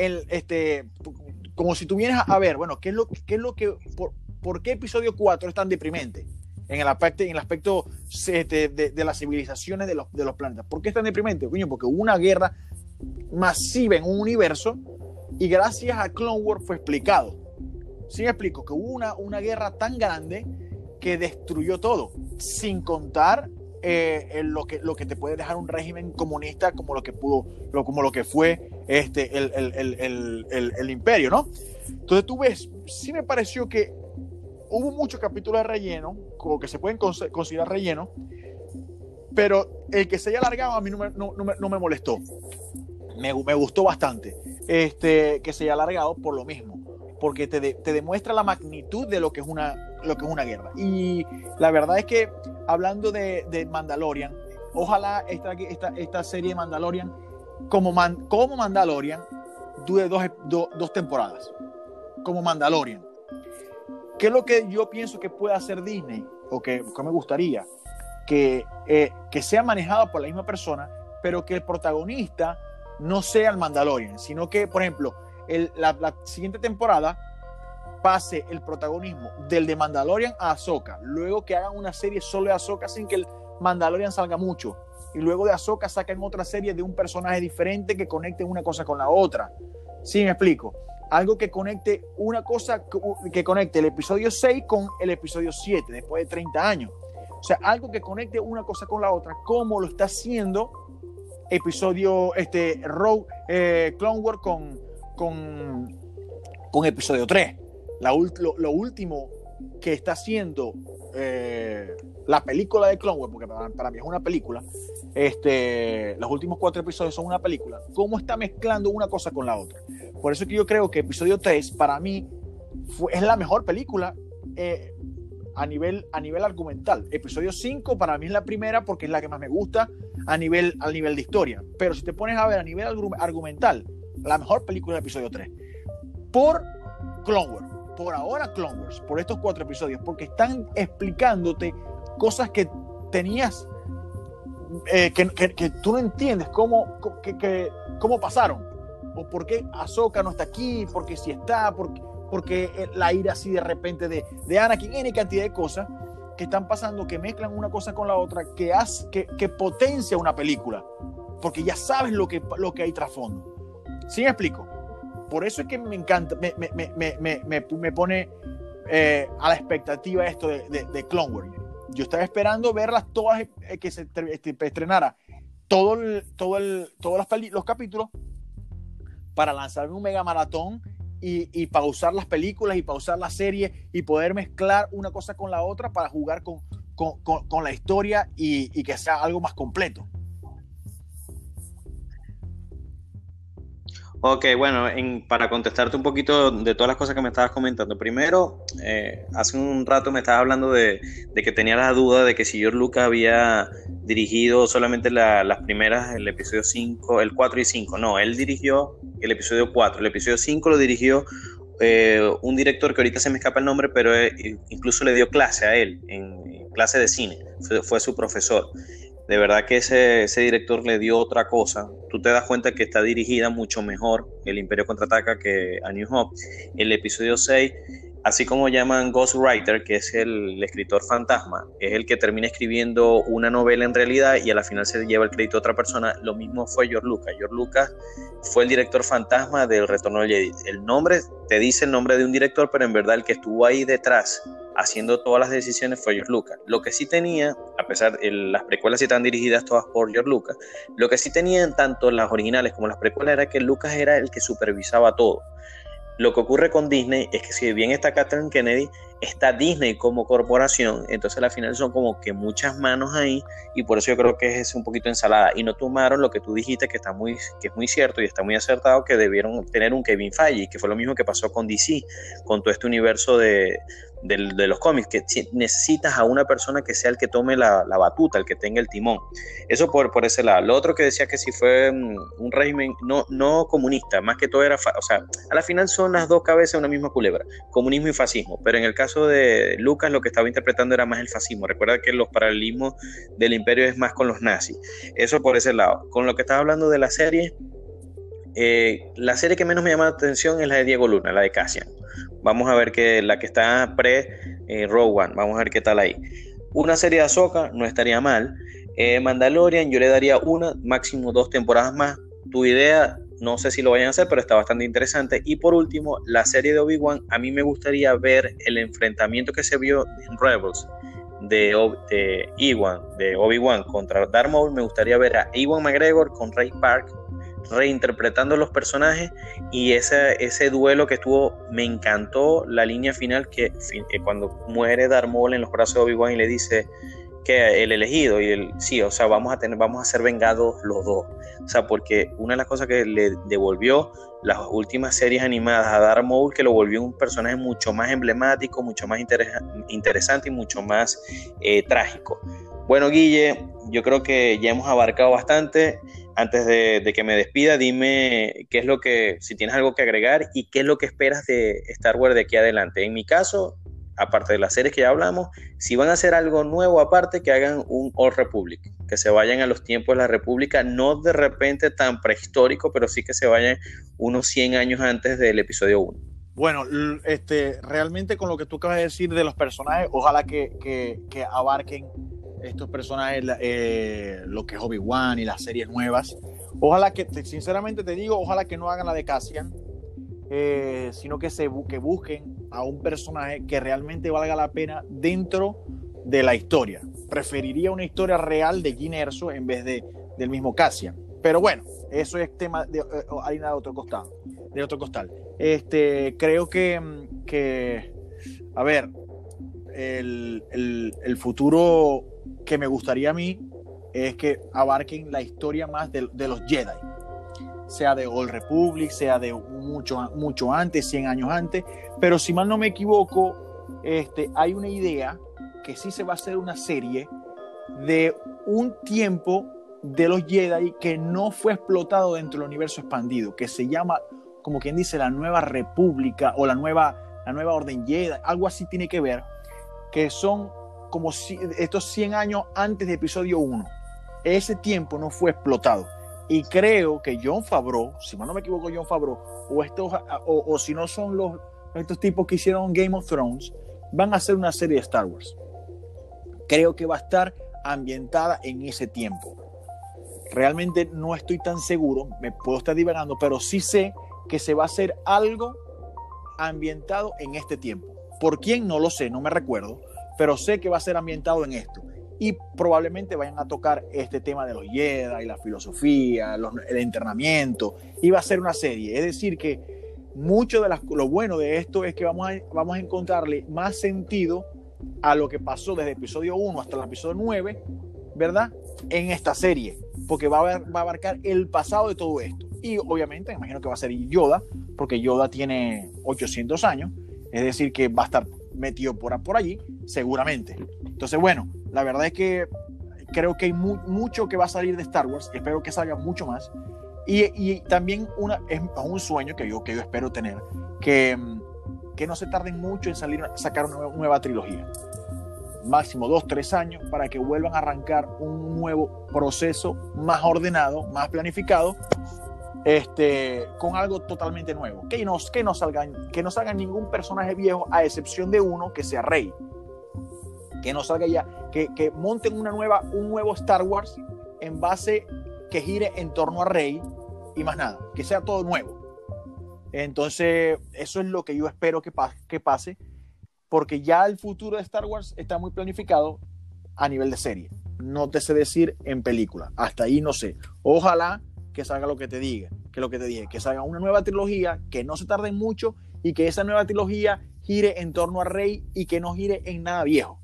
como si tú vienes a ver, bueno, ¿por qué episodio 4 es tan deprimente? En el aspecto de las civilizaciones de los planetas. ¿Por qué es tan deprimente? Coño, porque hubo una guerra masiva en un universo y gracias a Clone Wars fue explicado. Sí me explico, que hubo una guerra tan grande que destruyó todo, sin contar lo que te puede dejar un régimen comunista como lo que fue el imperio, ¿no? Entonces tú ves, sí me pareció que hubo muchos capítulos de relleno, como que se pueden considerar relleno, pero el que se haya alargado a mí no me molestó. Me gustó bastante que se haya alargado por lo mismo, porque te demuestra la magnitud de lo que es una guerra. Y la verdad es que, hablando de Mandalorian, ojalá esta serie de Mandalorian, como Mandalorian, dure 2 temporadas, como Mandalorian. ¿Qué es lo que yo pienso que puede hacer Disney? O que me gustaría que sea manejado por la misma persona, pero que el protagonista no sea el Mandalorian, sino que, por ejemplo, la siguiente temporada pase el protagonismo del de Mandalorian a Ahsoka, luego que hagan una serie solo de Ahsoka sin que el Mandalorian salga mucho, y luego de Ahsoka saquen otra serie de un personaje diferente que conecte una cosa con la otra. ¿Sí me explico? Algo que conecte que conecte el episodio 6 con el episodio 7 después de 30 años. O sea, algo que conecte una cosa con la otra, como lo está haciendo Clone Wars con episodio 3. Lo último que está haciendo la película de Clone Wars, porque para mí es una película, los últimos 4 episodios son una película, cómo está mezclando una cosa con la otra. Por eso que yo creo que episodio 3 para mí es la mejor película a nivel argumental. Episodio 5 para mí es la primera porque es la que más me gusta a nivel de historia. Pero si te pones a ver a nivel argumental, la mejor película es episodio 3. Por Clone Wars. Por ahora Clone Wars. Por estos 4 episodios. Porque están explicándote cosas que tenías que tú no entiendes cómo pasaron. o por qué Ahsoka no está aquí, porque si está, porque la ira así de repente de Anakin, N cantidad de cosas que están pasando, que mezclan una cosa con la otra, que potencia una película, porque ya sabes lo que hay trasfondo. ¿Sí me explico? Por eso es que me encanta, me pone a la expectativa esto de Clone Wars. Yo estaba esperando verlas todas, que se estrenara todos los capítulos para lanzarme un mega maratón y pausar las películas y pausar la serie y poder mezclar una cosa con la otra para jugar con la historia y que sea algo más completo. Ok, bueno, para contestarte un poquito de todas las cosas que me estabas comentando. Primero, hace un rato me estabas hablando de que tenía la duda de que si George Lucas había dirigido solamente las primeras, el episodio 5, el 4 y 5. No, él dirigió el episodio 4. El episodio 5 lo dirigió un director que ahorita se me escapa el nombre, pero incluso le dio clase a él, en clase de cine. Fue su profesor. De verdad que ese director le dio otra cosa. Tú te das cuenta que está dirigida mucho mejor El Imperio Contraataca que A New Hope. El episodio 6, así como llaman Ghostwriter, que es el escritor fantasma, es el que termina escribiendo una novela en realidad y a la final se lleva el crédito a otra persona. Lo mismo fue George Lucas. George Lucas fue el director fantasma del Retorno del Jedi. El nombre te dice el nombre de un director, pero en verdad el que estuvo ahí detrás haciendo todas las decisiones fue George Lucas. Lo que sí tenía, a pesar de las precuelas sí están dirigidas todas por George Lucas, lo que sí tenían tanto las originales como las precuelas era que Lucas era el que supervisaba todo. Lo que ocurre con Disney es que si bien está Kathleen Kennedy, está Disney como corporación, entonces al final son como que muchas manos ahí y por eso yo creo que es un poquito ensalada y no tomaron lo que tú dijiste que es muy cierto y está muy acertado, que debieron tener un Kevin Feige, que fue lo mismo que pasó con DC, con todo este universo de los cómics, que necesitas a una persona que sea el que tome la batuta, el que tenga el timón. Eso por ese lado. Lo otro que decía que si fue un régimen no comunista, más que todo era, o sea, a la final son las dos cabezas de una misma culebra, comunismo y fascismo, pero en el caso de Lucas lo que estaba interpretando era más el fascismo. Recuerda que los paralelismos del imperio es más con los nazis. Eso por ese lado. Con lo que estaba hablando de la serie que menos me llama la atención es la de Diego Luna, la de Cassian. Vamos a ver la que está Rogue One, vamos a ver qué tal ahí. Una serie de Ahsoka no estaría mal. Mandalorian yo le daría máximo 2 temporadas más. Tu idea, no sé si lo vayan a hacer, pero está bastante interesante. Y por último, la serie de Obi-Wan, a mí me gustaría ver el enfrentamiento que se vio en Rebels de Obi-Wan contra Darth Maul. Me gustaría ver a Ewan McGregor con Ray Park reinterpretando los personajes y ese duelo que estuvo, me encantó la línea final que cuando muere Darth Maul en los brazos de Obi-Wan y le dice que el elegido y sí, o sea, vamos a ser vengados los dos, o sea, porque una de las cosas que le devolvió las últimas series animadas a Darth Maul, que lo volvió un personaje mucho más emblemático, mucho más interesante y mucho más trágico. Bueno, Guille, yo creo que ya hemos abarcado bastante. Antes de que me despida, dime qué es lo que, si tienes algo que agregar y qué es lo que esperas de Star Wars de aquí adelante. En mi caso, aparte de las series que ya hablamos, si van a hacer algo nuevo aparte, que hagan un Old Republic, que se vayan a los tiempos de la República, no de repente tan prehistórico, pero sí que se vayan unos 100 años antes del episodio 1. Bueno, realmente con lo que tú acabas de decir de los personajes, ojalá que abarquen estos personajes, lo que es Obi-Wan y las series nuevas. Ojalá sinceramente te digo, ojalá que no hagan la de Cassian, sino que busquen a un personaje que realmente valga la pena dentro de la historia. Preferiría una historia real de Jyn Erso en vez del mismo Cassian. Pero bueno, eso es tema de harina de otro costal. Creo que a ver, el futuro que me gustaría a mí es que abarquen la historia más de los Jedi, sea de Old Republic, sea de mucho antes, 100 años antes, pero si mal no me equivoco, hay una idea que sí se va a hacer una serie de un tiempo de los Jedi que no fue explotado dentro del universo expandido, que se llama, como quien dice, la Nueva República o la nueva Orden Jedi, algo así tiene que ver, que son como estos 100 años antes de episodio 1. Ese tiempo no fue explotado, Y creo que Jon Favreau, si mal no me equivoco, Jon Favreau, o si no son estos tipos que hicieron Game of Thrones, van a hacer una serie de Star Wars. Creo que va a estar ambientada en ese tiempo. Realmente no estoy tan seguro, me puedo estar divagando, pero sí sé que se va a hacer algo ambientado en este tiempo. ¿Por quién? No lo sé, no me recuerdo, pero sé que va a ser ambientado en esto. Y probablemente vayan a tocar este tema de los Jedi, la filosofía, el entrenamiento, y va a ser una serie. Es decir, que mucho de lo bueno de esto es que vamos a encontrarle más sentido a lo que pasó desde el episodio 1 hasta el episodio 9, ¿verdad? En esta serie, porque va a abarcar el pasado de todo esto. Y obviamente, me imagino que va a ser Yoda, porque Yoda tiene 800 años, es decir, que va a estar metido por allí, seguramente. Entonces, bueno, la verdad es que creo que hay mucho que va a salir de Star Wars, espero que salga mucho más. Y también es un sueño que yo espero tener, que no se tarden mucho en sacar una nueva trilogía. Máximo 2-3 años para que vuelvan a arrancar un nuevo proceso más ordenado, más planificado, con algo totalmente nuevo. Que no salgan ningún personaje viejo, a excepción de uno, que sea Rey. Que no salga ya, que monten un nuevo Star Wars en base que gire en torno a Rey y más nada, que sea todo nuevo. Entonces, eso es lo que yo espero que pase, porque ya el futuro de Star Wars está muy planificado a nivel de serie. No te sé decir en película, hasta ahí no sé. Ojalá que salga lo que te dije, que salga una nueva trilogía, que no se tarde mucho y que esa nueva trilogía gire en torno a Rey y que no gire en nada viejo.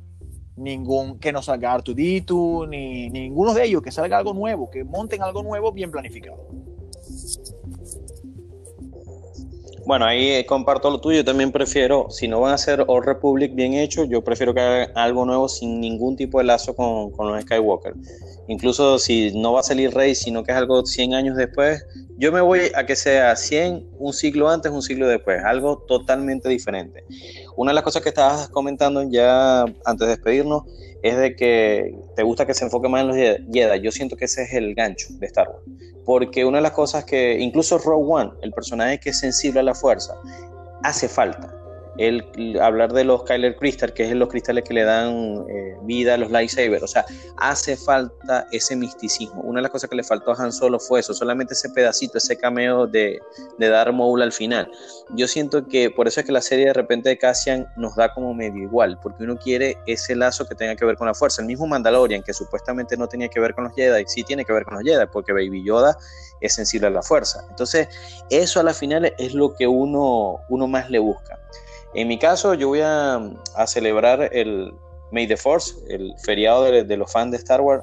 Que no salga R2-D2 ni ninguno de ellos, que salga algo nuevo, que monten algo nuevo bien planificado. Bueno, ahí comparto lo tuyo. Yo también prefiero, si no van a hacer Old Republic bien hecho, yo prefiero que hagan algo nuevo sin ningún tipo de lazo con los Skywalker. Incluso si no va a salir Rey, sino que es algo 100 años después, yo me voy a que sea 100, un siglo antes, un siglo después, algo totalmente diferente. Una de las cosas que estabas comentando ya antes de despedirnos es de que te gusta que se enfoque más en los Jedi. Yo siento que ese es el gancho de Star Wars. Porque una de las cosas que, incluso Rogue One, el personaje que es sensible a la fuerza, hace falta. Hablar de los Kyber Crystal, que es los cristales que le dan vida a los lightsabers, o sea, hace falta ese misticismo. Una de las cosas que le faltó a Han Solo fue eso, solamente ese pedacito, ese cameo de Darth Maul al final. Yo siento que por eso es que la serie de repente de Cassian nos da como medio igual, porque uno quiere ese lazo que tenga que ver con la fuerza. El mismo Mandalorian, que supuestamente no tenía que ver con los Jedi, sí tiene que ver con los Jedi, porque Baby Yoda es sensible a la fuerza. Entonces, eso a la final es lo que uno más le busca. En mi caso, yo voy a celebrar el May the Force, el feriado de los fans de Star Wars.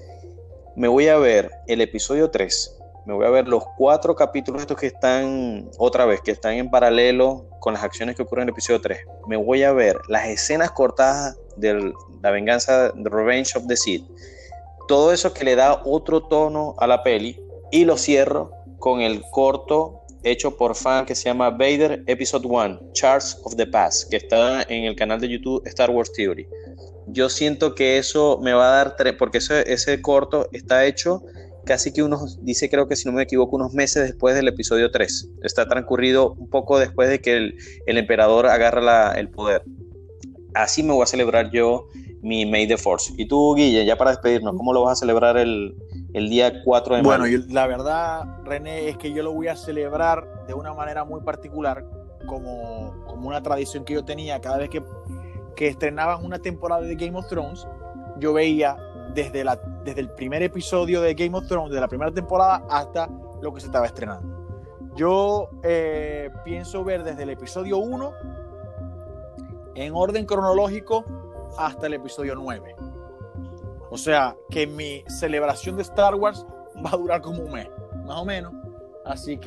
Me voy a ver el episodio 3, me voy a ver los 4 capítulos estos que están, otra vez, que están en paralelo con las acciones que ocurren en el episodio 3. Me voy a ver las escenas cortadas de la venganza, The Revenge of the Sith. Todo eso que le da otro tono a la peli, y lo cierro con el corto hecho por fan que se llama Vader Episode 1, Charts of the Past, que está en el canal de YouTube Star Wars Theory. Yo siento que eso me va a dar, porque ese corto está hecho casi que dice, creo que si no me equivoco, unos meses después del episodio 3. Está transcurrido un poco después de que el emperador agarra el poder. Así me voy a celebrar yo mi May the Force. Y tú, Guille, ya para despedirnos, ¿cómo lo vas a celebrar el día 4 de mayo? Bueno, la verdad, René, es que yo lo voy a celebrar de una manera muy particular, como una tradición que yo tenía. Cada vez que estrenaban una temporada de Game of Thrones, yo veía desde el primer episodio de Game of Thrones, de la primera temporada, hasta lo que se estaba estrenando. Yo pienso ver desde el episodio 1, en orden cronológico, hasta el episodio 9. O sea, que mi celebración de Star Wars va a durar como un mes, más o menos. Así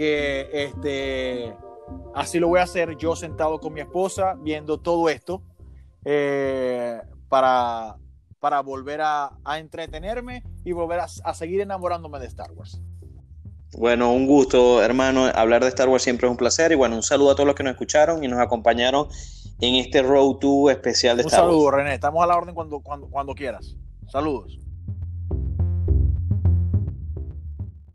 que así lo voy a hacer yo sentado con mi esposa, viendo todo esto, para volver a entretenerme y volver a seguir enamorándome de Star Wars. Bueno, un gusto, hermano. Hablar de Star Wars siempre es un placer. Y bueno, un saludo a todos los que nos escucharon y nos acompañaron en este Road to especial de Star Wars. Un saludo, René. Estamos a la orden cuando quieras. Saludos.